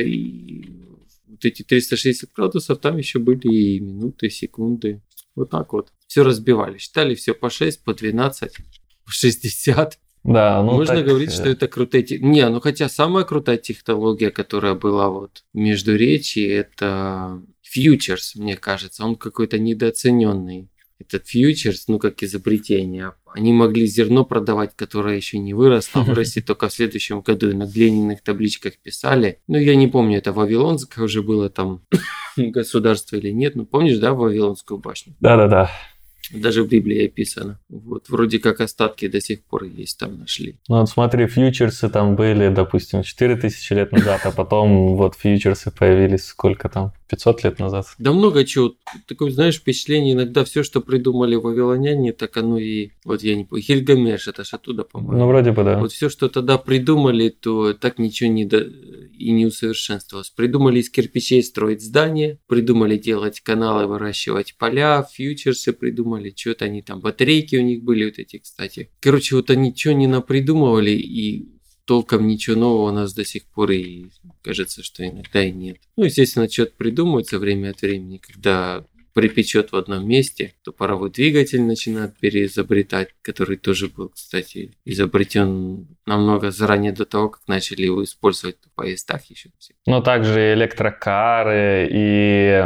И вот эти триста шестьдесят градусов, там еще были и минуты, секунды. Вот так вот. Все разбивали. Считали все по шесть, по двенадцать. шестьдесят. Да, ну Можно так... говорить, что это крутая... Не, ну хотя самая крутая технология, которая была вот в Междуречии, это фьючерс, мне кажется. Он какой-то недооцененный. Этот фьючерс, ну как изобретение. Они могли зерно продавать, которое еще не выросло, вырастет только в следующем году. И на глиняных табличках писали. Ну я не помню, это Вавилонское уже было там государство или нет. Ну помнишь, да, Вавилонскую башню? Да-да-да. Даже в Библии описано. Вот, вроде как остатки до сих пор есть, там нашли. Ну вот смотри, фьючерсы там были, допустим, четыре тысячи лет назад, а потом вот фьючерсы появились сколько там, пятьсот лет назад? Да много чего. Такое, знаешь, впечатление, иногда все, что придумали вавилоняне, так оно и... Вот я не помню, Гильгамеш, это ж оттуда, по-моему. Ну вроде бы, да. Вот все, что тогда придумали, то так ничего не до... и не усовершенствовалось. Придумали из кирпичей строить здания, придумали делать каналы, выращивать поля, фьючерсы придумали, что-то они там, батарейки у них были вот эти, кстати. Короче, вот они ничего не напридумывали, и толком ничего нового у нас до сих пор, и кажется, что иногда и нет. Ну, естественно, что-то придумывается время от времени, когда припечет в одном месте, то паровой двигатель начинает переизобретать, который тоже был, кстати, изобретен намного заранее до того, как начали его использовать в поездах еще. Ну, также электрокары и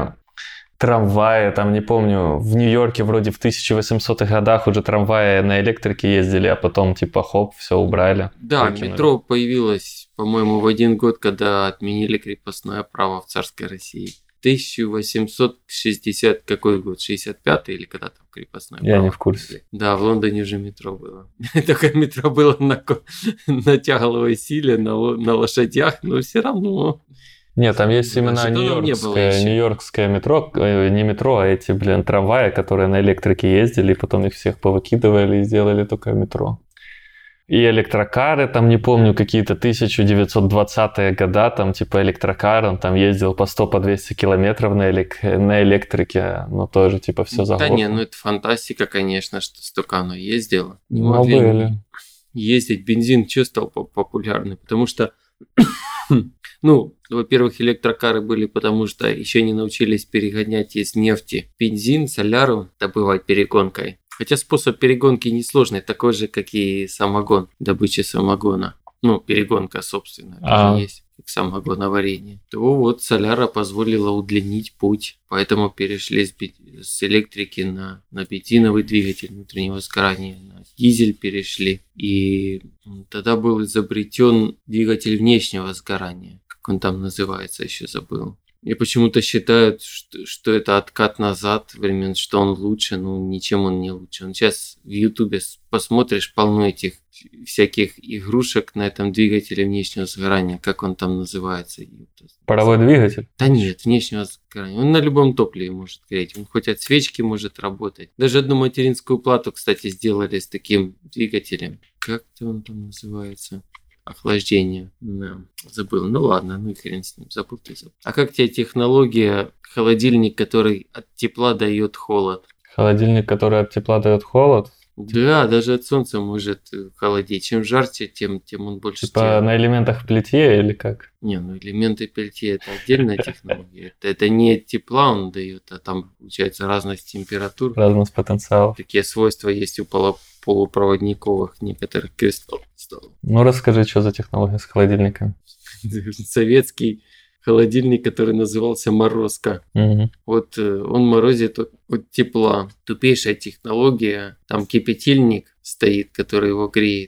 трамваи, там, не помню, в Нью-Йорке вроде в тысяча восьмисотых годах уже трамваи на электрике ездили, а потом типа хоп, все убрали. Да, выкинули. Метро появилось, по-моему, в один год, когда отменили крепостное право в царской России. тысяча восемьсот шестьдесят какой год? шестьдесят пятый или когда там крепостное право? Я не в курсе. Да, в Лондоне уже метро было. Только метро было на, на тягловой силе, на, на лошадях, но все равно... Нет, там есть именно нью-йоркское, не нью-йоркское метро, не метро, а эти, блин, трамваи, которые на электрике ездили, и потом их всех повыкидывали и сделали только метро. И электрокары, там, не помню, какие-то тысяча девятьсот двадцатые года, там, типа, электрокар, он там ездил по сто, по двести километров на, элек... на электрике, но тоже, типа, все заглохло. Да не, ну это фантастика, конечно, что столько оно ездило. Не ну, могли были. ездить, бензин что стал популярный, потому что... Ну, во-первых, электрокары были, потому что еще не научились перегонять из нефти бензин, соляру, добывать перегонкой. Хотя способ перегонки несложный, такой же, как и самогон, добыча самогона. Ну, перегонка, собственно, а. есть. как самогоноварение, то вот соляра позволила удлинить путь. Поэтому перешли с, с электрики на, на бензиновый двигатель внутреннего сгорания, на дизель перешли. И тогда был изобретен двигатель внешнего сгорания, как он там называется, еще забыл. И почему-то считают, что, что это откат назад времен, что он лучше, ну ничем он не лучше. Он сейчас в Ютубе посмотришь, полно этих всяких игрушек на этом двигателе внешнего сгорания, как он там называется. Паровой двигатель? Да нет, внешнего сгорания. Он на любом топливе может гореть, он хоть от свечки может работать. Даже одну материнскую плату, кстати, сделали с таким двигателем. Как-то он там называется? Охлаждение. Да, забыл. Ну ладно, ну и хрен с ним. Забыл ты забыл. А как тебе технология холодильник, который от тепла дает холод? Холодильник, который от тепла дает холод? Да, даже от солнца может холодить. Чем жарче, тем, тем он больше... Типа тела. на элементах пельтье или как? Не, ну элементы пельтье это отдельная технология. Это, это не от тепла он дает, а там получается разность температур. Разность потенциалов. Такие свойства есть у поло- полупроводниковых некоторых кристаллов. Ну расскажи, что за технология с холодильниками? Советский холодильник, который назывался «Морозко». Угу. Вот э, он морозит от, от тепла. Тупейшая технология. Там кипятильник стоит, который его греет.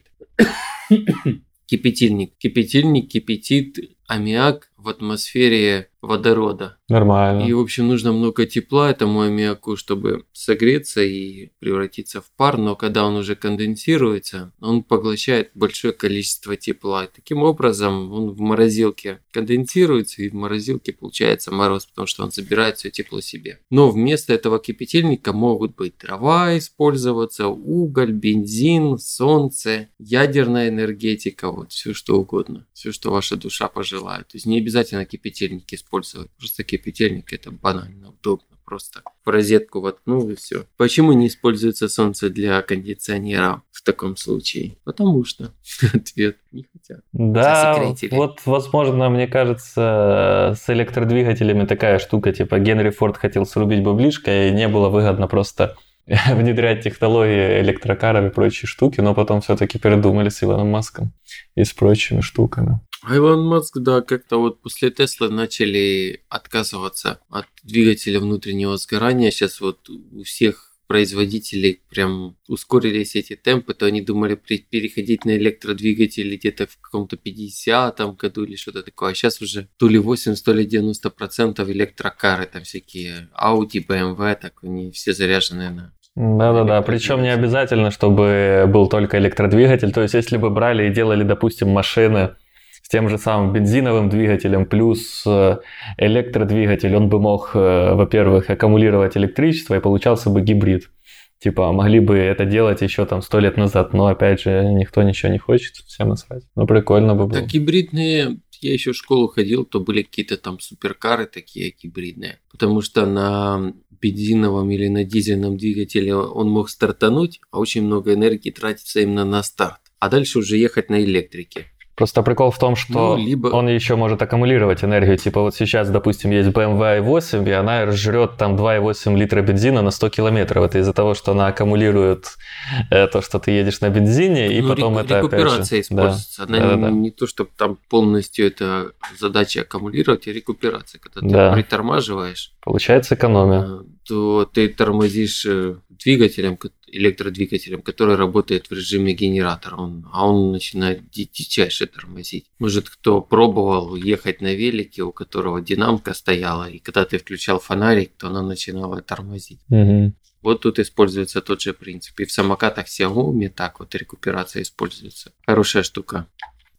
Кипятильник. Кипятильник кипятит аммиак в атмосфере водорода. Нормально. И, в общем, нужно много тепла этому аммиаку, чтобы согреться и превратиться в пар. Но когда он уже конденсируется, он поглощает большое количество тепла. И таким образом он в морозилке конденсируется, и в морозилке получается мороз, потому что он забирает все тепло себе. Но вместо этого кипятильника могут быть дрова использоваться, уголь, бензин, солнце, ядерная энергетика, вот все что угодно. Все, что ваша душа пожелает. То есть не обязательно кипятильник использовать. Просто кипятильник это банально удобно. Просто в розетку воткнул и все. Почему не используется солнце для кондиционера в таком случае? Потому что ответ не хотят. Да, вот возможно, мне кажется, с электродвигателями такая штука, типа Генри Форд хотел срубить баблишко, и не было выгодно просто внедрять технологии электрокаров и прочие штуки, но потом все-таки передумали с Илоном Маском и с прочими штуками. А Илон Маск, да, как-то вот после Теслы начали отказываться от двигателя внутреннего сгорания. Сейчас вот у всех производителей прям ускорились эти темпы, то они думали переходить на электродвигатели где-то в каком-то пятидесятом году или что-то такое. А сейчас уже то ли восемьдесят, то ли девяносто процентов электрокары, там всякие Audi, бэ эм вэ, так они все заряжены на... Да-да-да, причем не обязательно, чтобы был только электродвигатель. То есть, если бы брали и делали, допустим, машины с тем же самым бензиновым двигателем плюс электродвигатель, он бы мог, во-первых, аккумулировать электричество, и получался бы гибрид. Типа, могли бы это делать еще там сто лет назад, но, опять же, никто ничего не хочет, всем насрать. Ну, прикольно бы было. Так гибридные, я еще в школу ходил, то были какие-то там суперкары такие гибридные, потому что на бензиновом или на дизельном двигателе он мог стартануть, а очень много энергии тратится именно на старт, а дальше уже ехать на электрике. Просто прикол в том, что ну, либо... он еще может аккумулировать энергию. Типа вот сейчас, допустим, есть бэ эм вэ ай восемь, и она жрет там два и восемь литра бензина на сто километров. Это из-за того, что она аккумулирует э, то, что ты едешь на бензине, и ну, потом рек- это рекуперация опять же... используется. Да. Она да, не, да. не то, чтобы там полностью это задача аккумулировать, а рекуперация. Когда ты да. притормаживаешь... Получается экономия. То ты тормозишь двигателем, электродвигателем, который работает в режиме генератора, он, а он начинает дичайше тормозить. Может, кто пробовал ехать на велике, у которого динамка стояла, и когда ты включал фонарик, то она начинала тормозить. Угу. Вот тут используется тот же принцип. И в самокатах Xiaomi так вот рекуперация используется. Хорошая штука.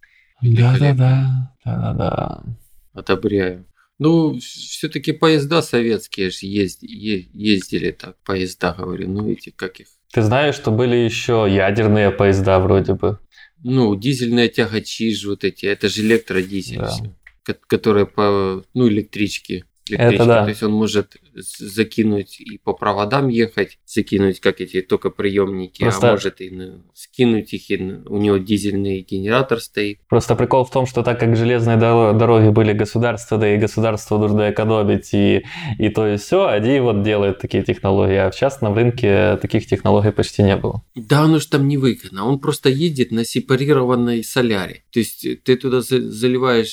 Да-да-да. Да-да-да. Одобряю. Ну, все-таки поезда советские же ездили, ездили так, поезда, говорю, ну эти, как их? Ты знаешь, что были еще ядерные поезда вроде бы? Ну, дизельные тягачи же вот эти, это же электродизель, да. Все, которые по, ну, электрички. Это да. То есть он может закинуть и по проводам ехать, закинуть как эти токоприемники, Просто... а может и на... скинуть их, и на... у него дизельный генератор стоит. Просто прикол в том, что так как железные дороги были государства, да и государству нужно экономить, и, и то и все, они вот делают такие технологии, а в частном рынке таких технологий почти не было. Да, оно же там невыгодно, он просто едет на сепарированной соляре. То есть ты туда заливаешь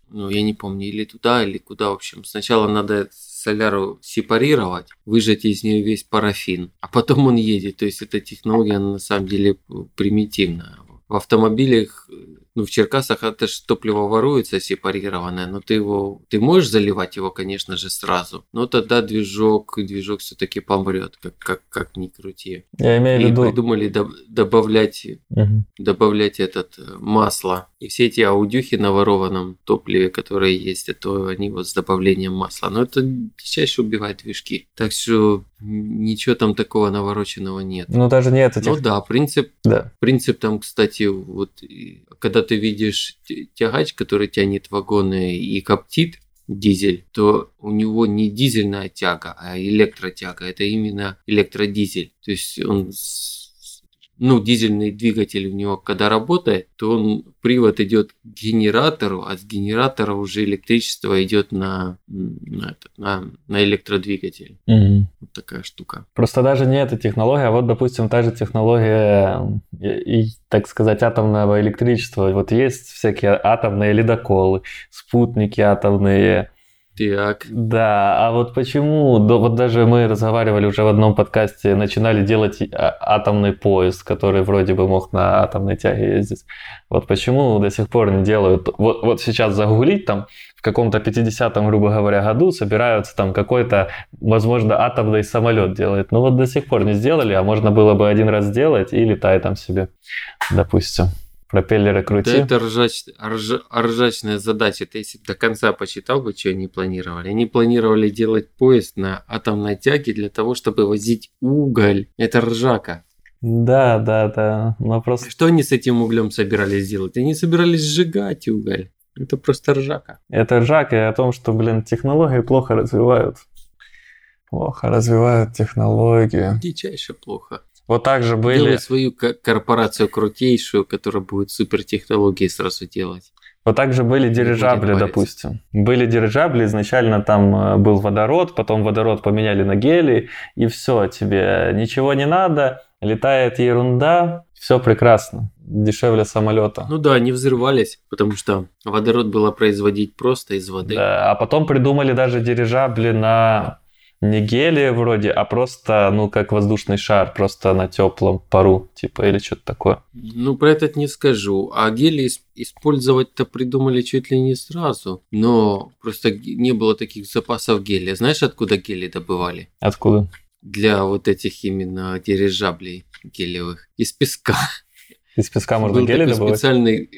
ну, я не помню, или туда, или куда, в общем. Сначала надо соляру сепарировать, выжать из нее весь парафин, а потом он едет. То есть эта технология на самом деле примитивная. В автомобилях, ну, в Черкасах это же топливо воруется сепарированное, но ты его, ты можешь заливать его, конечно же, сразу, но тогда движок, движок все-таки помрет, как, как, как ни крути. Я имею в И виду... придумали доб- добавлять, Мгм. добавлять этот э, масло. И все эти аудюхи на ворованном топливе, которые есть, это они вот с добавлением масла. Но это чаще убивает движки. Так что ничего там такого навороченного нет. Ну, даже нет этих... Ну да, принцип, Да. принцип там, кстати, вот и когда ты видишь т- тягач, который тянет вагоны и коптит дизель, то у него не дизельная тяга, а электротяга. Это именно электродизель. То есть он, с- ну, дизельный двигатель у него, когда работает, то он, привод идет к генератору, а с генератора уже электричество идет на, м, на, этот, на, на электродвигатель. Мгм. Вот такая штука. Просто даже не эта технология, а вот, допустим, та же технология, и, и, так сказать, атомного электричества. Вот есть всякие атомные ледоколы, спутники атомные. Так. Да, а вот почему, да, вот даже мы разговаривали уже в одном подкасте, начинали делать а- атомный поезд, который вроде бы мог на атомной тяге ездить. Вот почему до сих пор не делают. Вот, вот сейчас загуглить там в каком-то пятидесятом, грубо говоря, году собираются там какой-то, возможно, атомный самолет делать. Ну вот до сих пор не сделали, а можно было бы один раз сделать и летай там себе, допустим. Пропеллеры Да крути. это ржач, рж- ржачная задача. Ты если бы до конца почитал бы, что они планировали. Они планировали делать поезд на атомной тяге для того, чтобы возить уголь. Это ржака. Да, да, да. Но просто Что они с этим углем собирались делать? Они собирались сжигать уголь. Это просто ржака. это ржака и о том, что, блин, технологии плохо развивают. Плохо развивают технологии. Дичайше плохо. Вот так же были... Делай свою ко- корпорацию крутейшую, которая будет супертехнологии сразу делать. Вот так же были Не дирижабли, будем париться. допустим. Были дирижабли, изначально там э, был водород, потом водород поменяли на гелий, и все, тебе ничего не надо, летает ерунда, все прекрасно, дешевле самолета. Ну да, они взрывались, потому что водород было производить просто из воды. Да, а потом придумали даже дирижабли на не гелии вроде, а просто, ну, как воздушный шар, просто на теплом пару, типа, или что-то такое. Ну, про этот не скажу. А гели ис- использовать-то придумали чуть ли не сразу. Но просто г- не было таких запасов гелия. Знаешь, откуда гели добывали? Откуда? Для вот этих именно дирижаблей гелевых. Из песка. Из песка можно Был гелий такой добывать? специальный...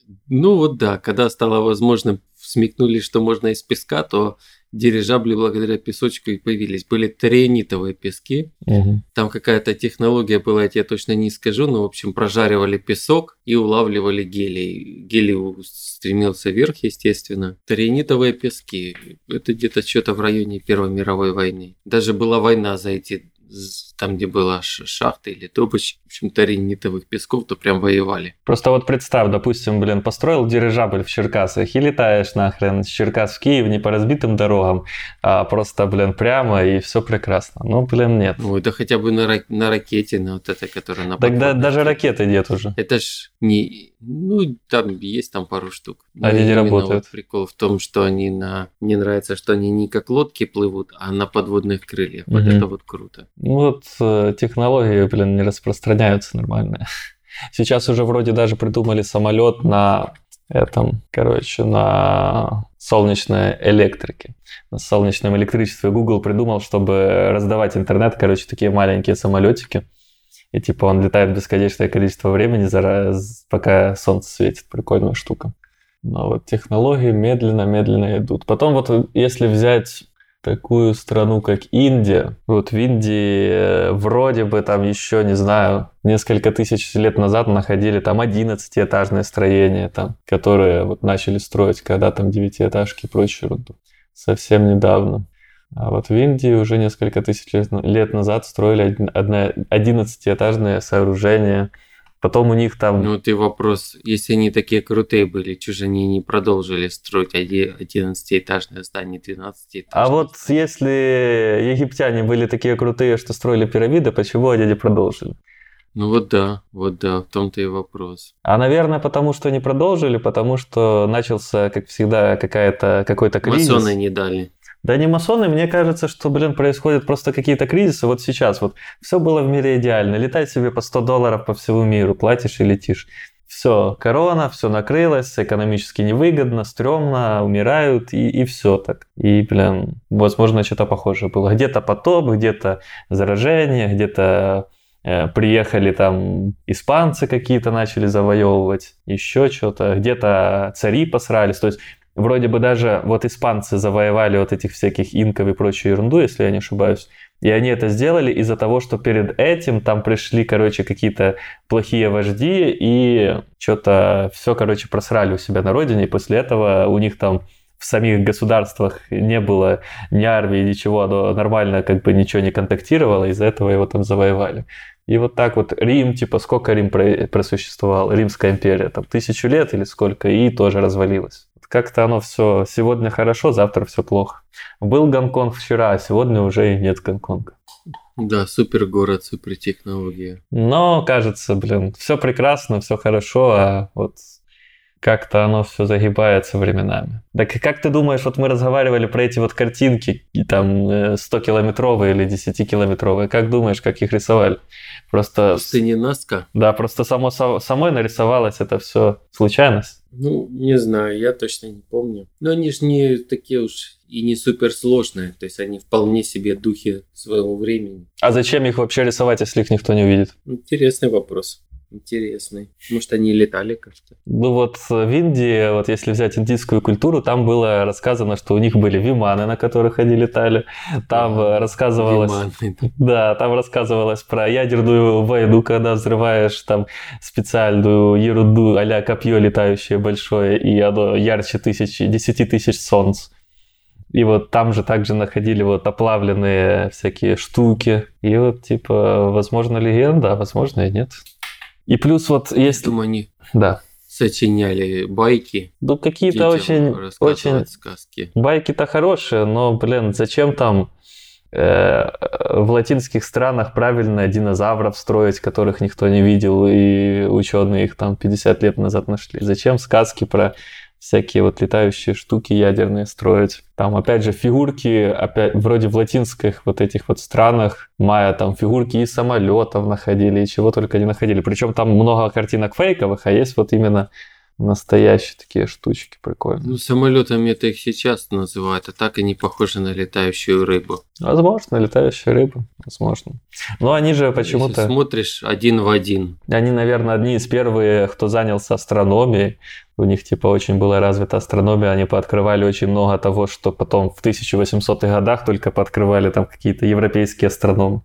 Ну вот да, когда стало возможным, смекнули, что можно из песка, то дирижабли благодаря песочку и появились. Были трианитовые пески. Мгм. Там какая-то технология была, я тебе точно не скажу, но, в общем, прожаривали песок и улавливали гелий. Гелий у- стремился вверх, естественно. Трианитовые пески. Это где-то что-то в районе Первой мировой войны. Даже была война за эти, з- там, где была ш- шахта или добыча, в общем, трианитовых песков, то прям воевали. Просто вот представь, допустим, блин, построил дирижабль в Черкасах и летаешь нахрен с Черкас в Киев не по разбитым дорогам, а просто, блин, прямо и все прекрасно. Ну, блин, нет. Ну, это хотя бы на, ра- на ракете, на вот этой, которая на Тогда подводной даже ракете. ракеты нет уже. Это ж не... Ну, там есть там пару штук. Но Они не именно работают. Вот прикол в том, что они на... Мне нравится, что они не как лодки плывут, а на подводных крыльях. Вот Мгм. это вот круто. Ну вот э, технологии, блин, не распространяются нормально. Сейчас уже вроде даже придумали самолет на этом, короче, на солнечной электрике, на солнечном электричестве. Google придумал, чтобы раздавать интернет, короче, такие маленькие самолетики. И типа он летает бесконечное количество времени, за раз- пока солнце светит. Прикольная штука. Но вот технологии медленно-медленно идут. Потом вот если взять такую страну, как Индия, вот в Индии э, вроде бы там еще, не знаю, несколько тысяч лет назад находили там одиннадцатиэтажные строения, там, которые вот начали строить, когда там девятиэтажки и прочую ерунду. Совсем недавно. А вот в Индии уже несколько тысяч лет лет назад строили один- одно- одиннадцатиэтажное сооружение. Потом у них там... Ну, ты вопрос, если они такие крутые были, чё же они не продолжили строить оди- одиннадцатиэтажное здание, двенадцатиэтажное? А вот если египтяне были такие крутые, что строили пирамиды, почему они не продолжили? Ну вот да, вот да, в том-то и вопрос. А, наверное, потому что не продолжили, потому что начался, как всегда, какая-то, какой-то кризис. Масоны не дали. Да не масоны, мне кажется, что, блин, происходят просто какие-то кризисы. Вот сейчас вот все было в мире идеально. Летай себе по сто долларов по всему миру, платишь и летишь. Все, корона, все накрылось, экономически невыгодно, стрёмно, умирают, и, и все так. И, блин, возможно, что-то похожее было. Где-то потоп, где-то заражение, где-то э, приехали там испанцы какие-то, начали завоевывать, еще что-то. Где-то цари посрались, то есть вроде бы даже вот испанцы завоевали вот этих всяких инков и прочую ерунду, если я не ошибаюсь. И они это сделали из-за того, что перед этим там пришли, короче, какие-то плохие вожди и что-то все, короче, просрали у себя на родине. И после этого у них там в самих государствах не было ни армии, ничего, оно нормально как бы ничего не контактировало, из-за этого его там завоевали. И вот так вот Рим, типа, сколько Рим просуществовал, Римская империя, там тысячу лет или сколько, и тоже развалилась. Как-то оно все сегодня хорошо, завтра все плохо. Был Гонконг вчера, а сегодня уже и нет Гонконга. Да, супер город, супер технология. Но кажется, блин, все прекрасно, все хорошо, а вот как-то оно все загибается временами. Так как ты думаешь, вот мы разговаривали про эти вот картинки, там сто-километровые или десятикилометровые, как думаешь, как их рисовали? Просто... Пустыня Назка? Да, просто само, самой нарисовалось это все случайность. Ну, не знаю, я точно не помню. Но они же не такие уж и не суперсложные, то есть они вполне себе духи своего времени. А зачем их вообще рисовать, если их никто не увидит? Интересный вопрос. Интересный. Может, они летали как-то? Ну вот в Индии, вот если взять индийскую культуру, там было рассказано, что у них были виманы, на которых они летали. Там а, рассказывалось... Виманы. Да, там рассказывалось про ядерную войну, когда взрываешь там специальную ерунду а-ля копье летающее большое, и оно ярче тысячи, десяти тысяч солнц. И вот там же также находили вот оплавленные всякие штуки. И вот типа, возможно, легенда, а возможно и нет. И плюс вот есть... Думаю, они да. сочиняли байки. Ну, какие-то очень... очень... сказки. Байки-то хорошие, но, блин, зачем там э, в латинских странах правильно динозавров строить, которых никто не видел, и ученые их там пятьдесят лет назад нашли? Зачем сказки про всякие вот летающие штуки ядерные строить? Там, опять же, фигурки, опять, вроде в латинских вот этих вот странах майя, там фигурки из самолетов находили, и чего только не находили. Причем там много картинок фейковых, а есть вот именно настоящие такие штучки прикольные. Ну, самолетами это их сейчас называют, а так они похожи на летающую рыбу. Возможно, летающая рыба, возможно. Но они же почему-то... Если смотришь один в один. Они, наверное, одни из первых, кто занялся астрономией. У них, типа, очень была развита астрономия, они пооткрывали очень много того, что потом в тысяча восьмисотых годах только пооткрывали там какие-то европейские астрономы.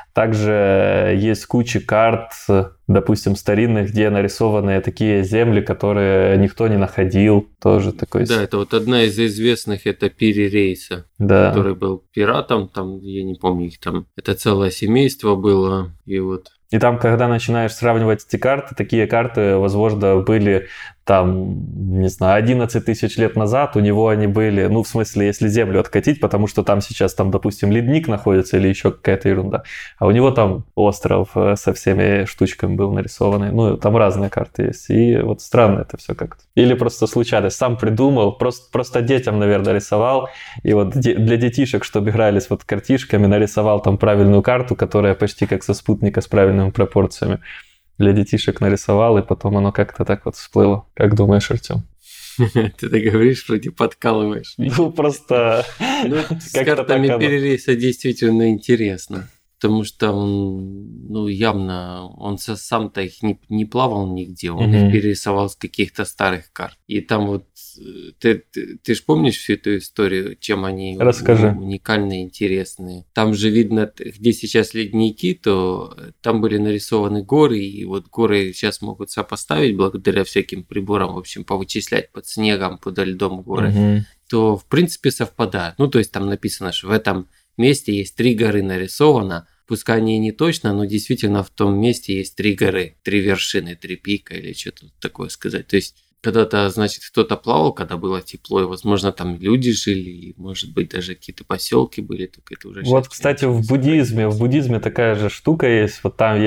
Также есть куча карт, допустим, старинных, где нарисованы такие земли, которые никто не находил. Тоже такой... Да, это вот одна из известных, это Пири Рейса, да. Который был пиратом, там, я не помню, их там, это целое семейство было, и вот... И там, когда начинаешь сравнивать эти карты, такие карты, возможно, были там, не знаю, одиннадцать тысяч лет назад, у него они были, ну, в смысле, если Землю откатить, потому что там сейчас, там, допустим, ледник находится или еще какая-то ерунда, а у него там остров со всеми штучками был нарисованный, ну, там разные карты есть, и вот странно это все как-то. Или просто случайность, сам придумал, просто, просто детям, наверное, рисовал, и вот для детишек, чтобы игрались вот картишками, нарисовал там правильную карту, которая почти как со спутника с правильными пропорциями. Для детишек нарисовал, и потом оно как-то так вот всплыло. Как думаешь, Артём? Ты так говоришь, вроде подкалываешь. Ну, просто... Ну, с картами Пири Рейса действительно интересно. Потому что он, ну, явно, он сам-то их не, не плавал нигде, он mm-hmm. их перерисовал с каких-то старых карт. И там вот, ты, ты, ты же помнишь всю эту историю, чем они Расскажи. Уникальные, интересные? Там же видно, где сейчас ледники, то там были нарисованы горы, и вот горы сейчас могут сопоставить благодаря всяким приборам, в общем, повычислять под снегом, под льдом горы, mm-hmm. то в принципе совпадают. Ну, то есть там написано, что в этом месте есть три горы нарисовано. Пускай они не точно, но действительно в том месте есть три горы, три вершины, три пика или что-то такое сказать. То есть когда-то, значит, кто-то плавал, когда было тепло, и, возможно, там люди жили, и, может быть, даже какие-то поселки были. Только это уже вот, кстати, в буддизме, в буддизме такая же штука есть. Вот там есть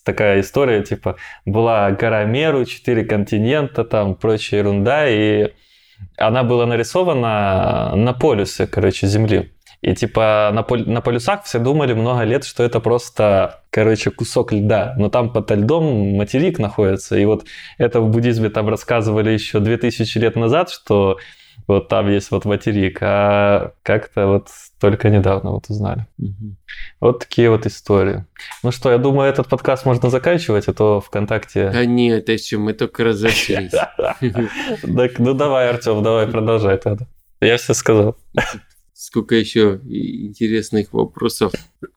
такая история, типа, была гора Меру, четыре континента, там, прочая ерунда, и она была нарисована на полюсе, короче, Земли. И типа на, поль- на полюсах все думали много лет, что это просто, короче, кусок льда. Но там под льдом материк находится. И вот это в буддизме там рассказывали еще две тысячи лет назад, что вот там есть вот материк. А как-то вот только недавно вот узнали. Мгм. Вот такие вот истории. Ну что, я думаю, этот подкаст можно заканчивать, а то ВКонтакте... Да нет, о чем, мы только разошлись. Так, ну давай, Артем, давай, продолжай тогда. Я все сказал. Сколько еще интересных вопросов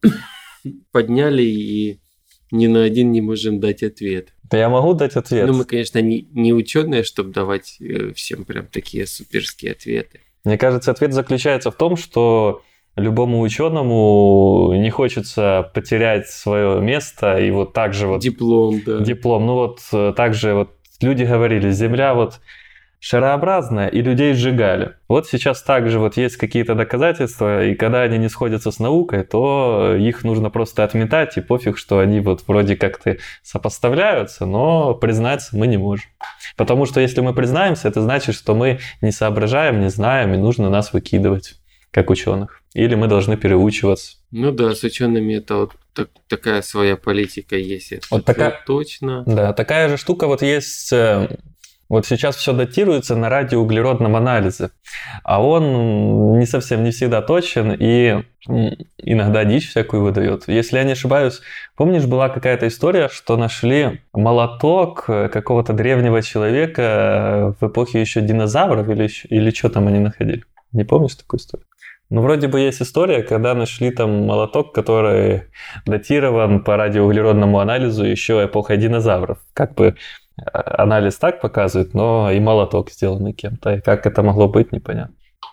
подняли, и ни на один не можем дать ответ. Да я могу дать ответ. Ну, мы, конечно, не, не ученые, чтобы давать э, всем прям такие суперские ответы. Мне кажется, ответ заключается в том, что любому ученому не хочется потерять свое место и вот так же вот Диплом, да. диплом. Ну вот э, так же вот люди говорили, Земля вот шарообразная, и людей сжигали. Вот сейчас также вот есть какие-то доказательства, и когда они не сходятся с наукой, то их нужно просто отметать, и пофиг, что они вот вроде как-то сопоставляются, но признаться мы не можем. Потому что если мы признаемся, это значит, что мы не соображаем, не знаем, и нужно нас выкидывать, как ученых. Или мы должны переучиваться. Ну да, с учеными это вот так- такая своя политика есть. Это Вот такая- всё точно. Да, такая же штука вот есть... э, Вот сейчас все датируется на радиоуглеродном анализе, а он не совсем, не всегда точен и м, иногда дичь всякую выдает. Если я не ошибаюсь, помнишь, была какая-то история, что нашли молоток какого-то древнего человека в эпохе еще динозавров или, ещё- или что там они находили? Не помнишь такую историю? Ну, вроде бы есть история, когда нашли там молоток, который датирован по радиоуглеродному анализу еще эпохой динозавров. Как бы анализ так показывает, но и молоток сделанный кем-то. И как это могло быть, непонятно.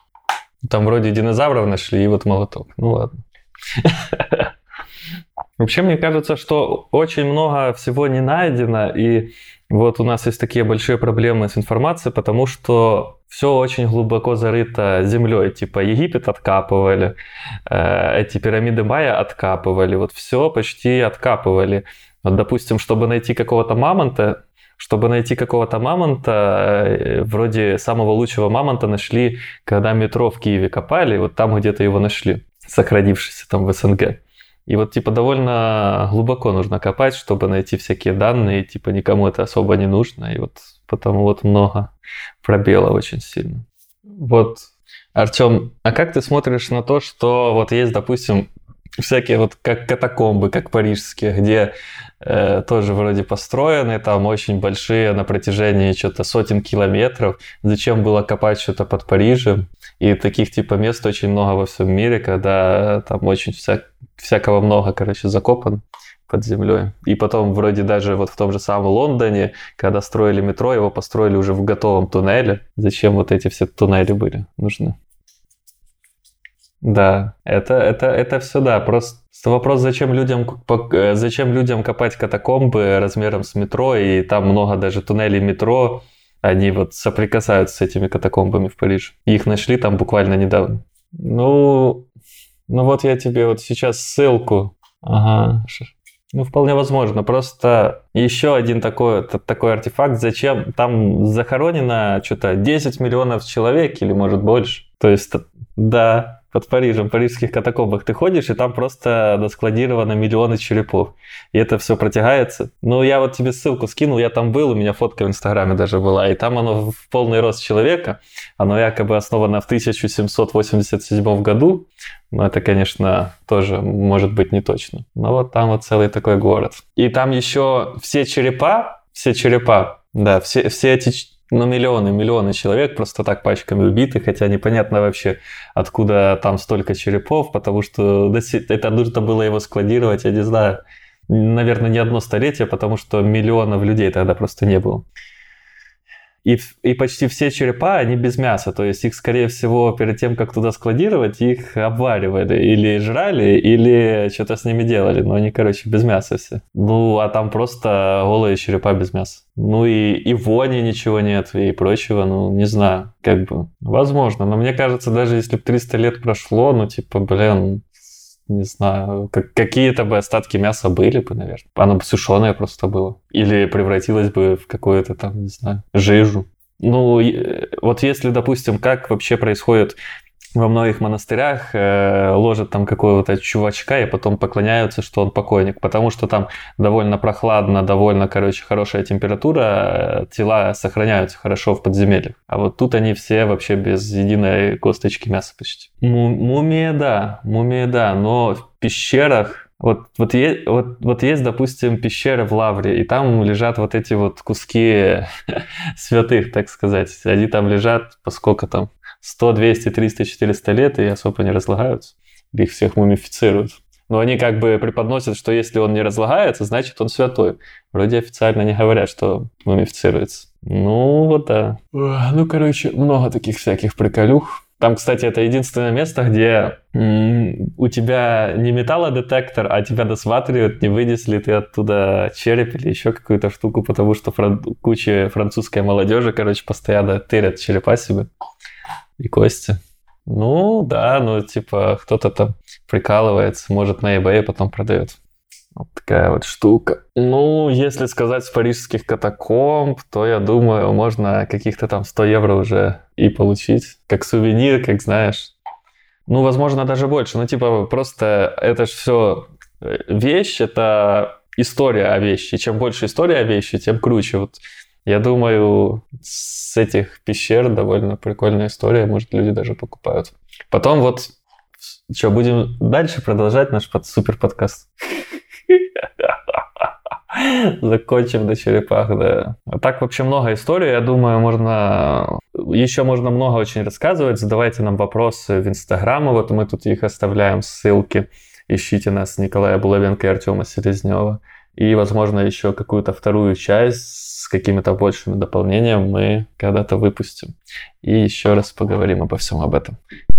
Там вроде динозавров нашли, и вот молоток. Ну ладно. Вообще, мне кажется, что очень много всего не найдено, и вот у нас есть такие большие проблемы с информацией, потому что все очень глубоко зарыто землей. Типа Египет откапывали, э, эти пирамиды майя откапывали, вот все почти откапывали. Вот, допустим, чтобы найти какого-то мамонта, чтобы найти какого-то мамонта, э, вроде самого лучшего мамонта нашли, когда метро в Киеве копали, вот там где-то его нашли, сохранившийся там в СНГ. И вот типа довольно глубоко нужно копать, чтобы найти всякие данные, типа никому это особо не нужно, и вот потому вот много пробелов очень сильно. Вот, Артём, а как ты смотришь на то, что вот есть, допустим, всякие вот как катакомбы, как парижские, где э, тоже вроде построены, там очень большие на протяжении что-то сотен километров. Зачем было копать что-то под Парижем? И таких типа мест очень много во всем мире, когда там очень вся, всякого много, короче, закопано под землей. И потом вроде даже вот в том же самом Лондоне, когда строили метро, его построили уже в готовом туннеле. Зачем вот эти все туннели были нужны? Да, это, это, это все, да. Просто вопрос, зачем людям, пок- зачем людям копать катакомбы размером с метро, и там много даже туннелей метро, они вот соприкасаются с этими катакомбами в Париже. Их нашли там буквально недавно. Ну, ну вот я тебе вот сейчас ссылку. Ага. ш- Ну, вполне возможно. Просто еще один такой, т- такой артефакт. Зачем? Там захоронено что-то десять миллионов человек или может больше. То есть, т- да, под Парижем, в парижских катакомбах ты ходишь, и там просто наскладировано миллионы черепов. И это все протягается. Ну, я вот тебе ссылку скинул, я там был, у меня фотка в Инстаграме даже была. И там оно в полный рост человека. Оно якобы основано в тысяча семьсот восемьдесят седьмом году. Но это, конечно, тоже может быть не точно. Но вот там вот целый такой город. И там еще все черепа, все черепа, да, все, все эти, ч- ну, миллионы, миллионы человек просто так пачками убиты, хотя непонятно вообще, откуда там столько черепов, потому что до се- это нужно было его складировать, я не знаю, наверное, не одно столетие, потому что миллионов людей тогда просто не было. И, в- и почти все черепа, они без мяса, то есть их, скорее всего, перед тем, как туда складировать, их обваривали или жрали, или что-то с ними делали, но они, короче, без мяса все. Ну, а там просто голые черепа без мяса. Ну и, и вони ничего нет, и прочего, ну, не знаю, как бы, возможно, но мне кажется, даже если бы триста лет прошло, ну, типа, блин, не знаю, как, какие-то бы остатки мяса были бы, наверное. Оно бы сушеное просто было. Или превратилось бы в какую-то там, не знаю, жижу. Ну, вот если, допустим, как вообще происходит во многих монастырях, э, ложат там какого-то чувачка и потом поклоняются, что он покойник, потому что там довольно прохладно, довольно, короче, хорошая температура, тела сохраняются хорошо в подземельях. А вот тут они все вообще без единой косточки мяса почти. Му- мумия, да, мумия, да, но в пещерах Вот, вот, е, вот, вот есть, допустим, пещера в Лавре, и там лежат вот эти вот куски святых, так сказать. Они там лежат, поскольку там сто, двести, триста, четыреста лет, и особо не разлагаются. Их всех мумифицируют. Но они как бы преподносят, что если он не разлагается, значит он святой. Вроде официально не говорят, что мумифицируется. Ну, вот да. Ну, короче, много таких всяких приколюх. Там, кстати, это единственное место, где м- у тебя не металлодетектор, а тебя досматривают, не вынес ли ты оттуда череп или еще какую-то штуку, потому что фран- куча французской молодежи, короче, постоянно тырят черепа себе и кости. Ну, да, ну, типа, кто-то там прикалывается, может, на eBay потом продает. Вот такая вот штука. Ну, если сказать с парижских катакомб, то, я думаю, можно каких-то там сто евро уже и получить. Как сувенир, как знаешь. Ну, возможно, даже больше. Ну, типа, просто это же все вещь, это история о вещи. Чем больше история о вещи, тем круче. Вот я думаю, с этих пещер довольно прикольная история. Может, люди даже покупают. Потом вот, что, будем дальше продолжать наш под супер подкаст? Закончим на черепах, да. А так вообще много историй, я думаю, можно... Еще можно много очень рассказывать. Задавайте нам вопросы в Инстаграм, вот мы тут их оставляем, ссылки. Ищите нас, Николая Булавенко и Артема Селезнева. И, возможно, еще какую-то вторую часть с какими-то большими дополнениями мы когда-то выпустим. И еще раз поговорим обо всем об этом.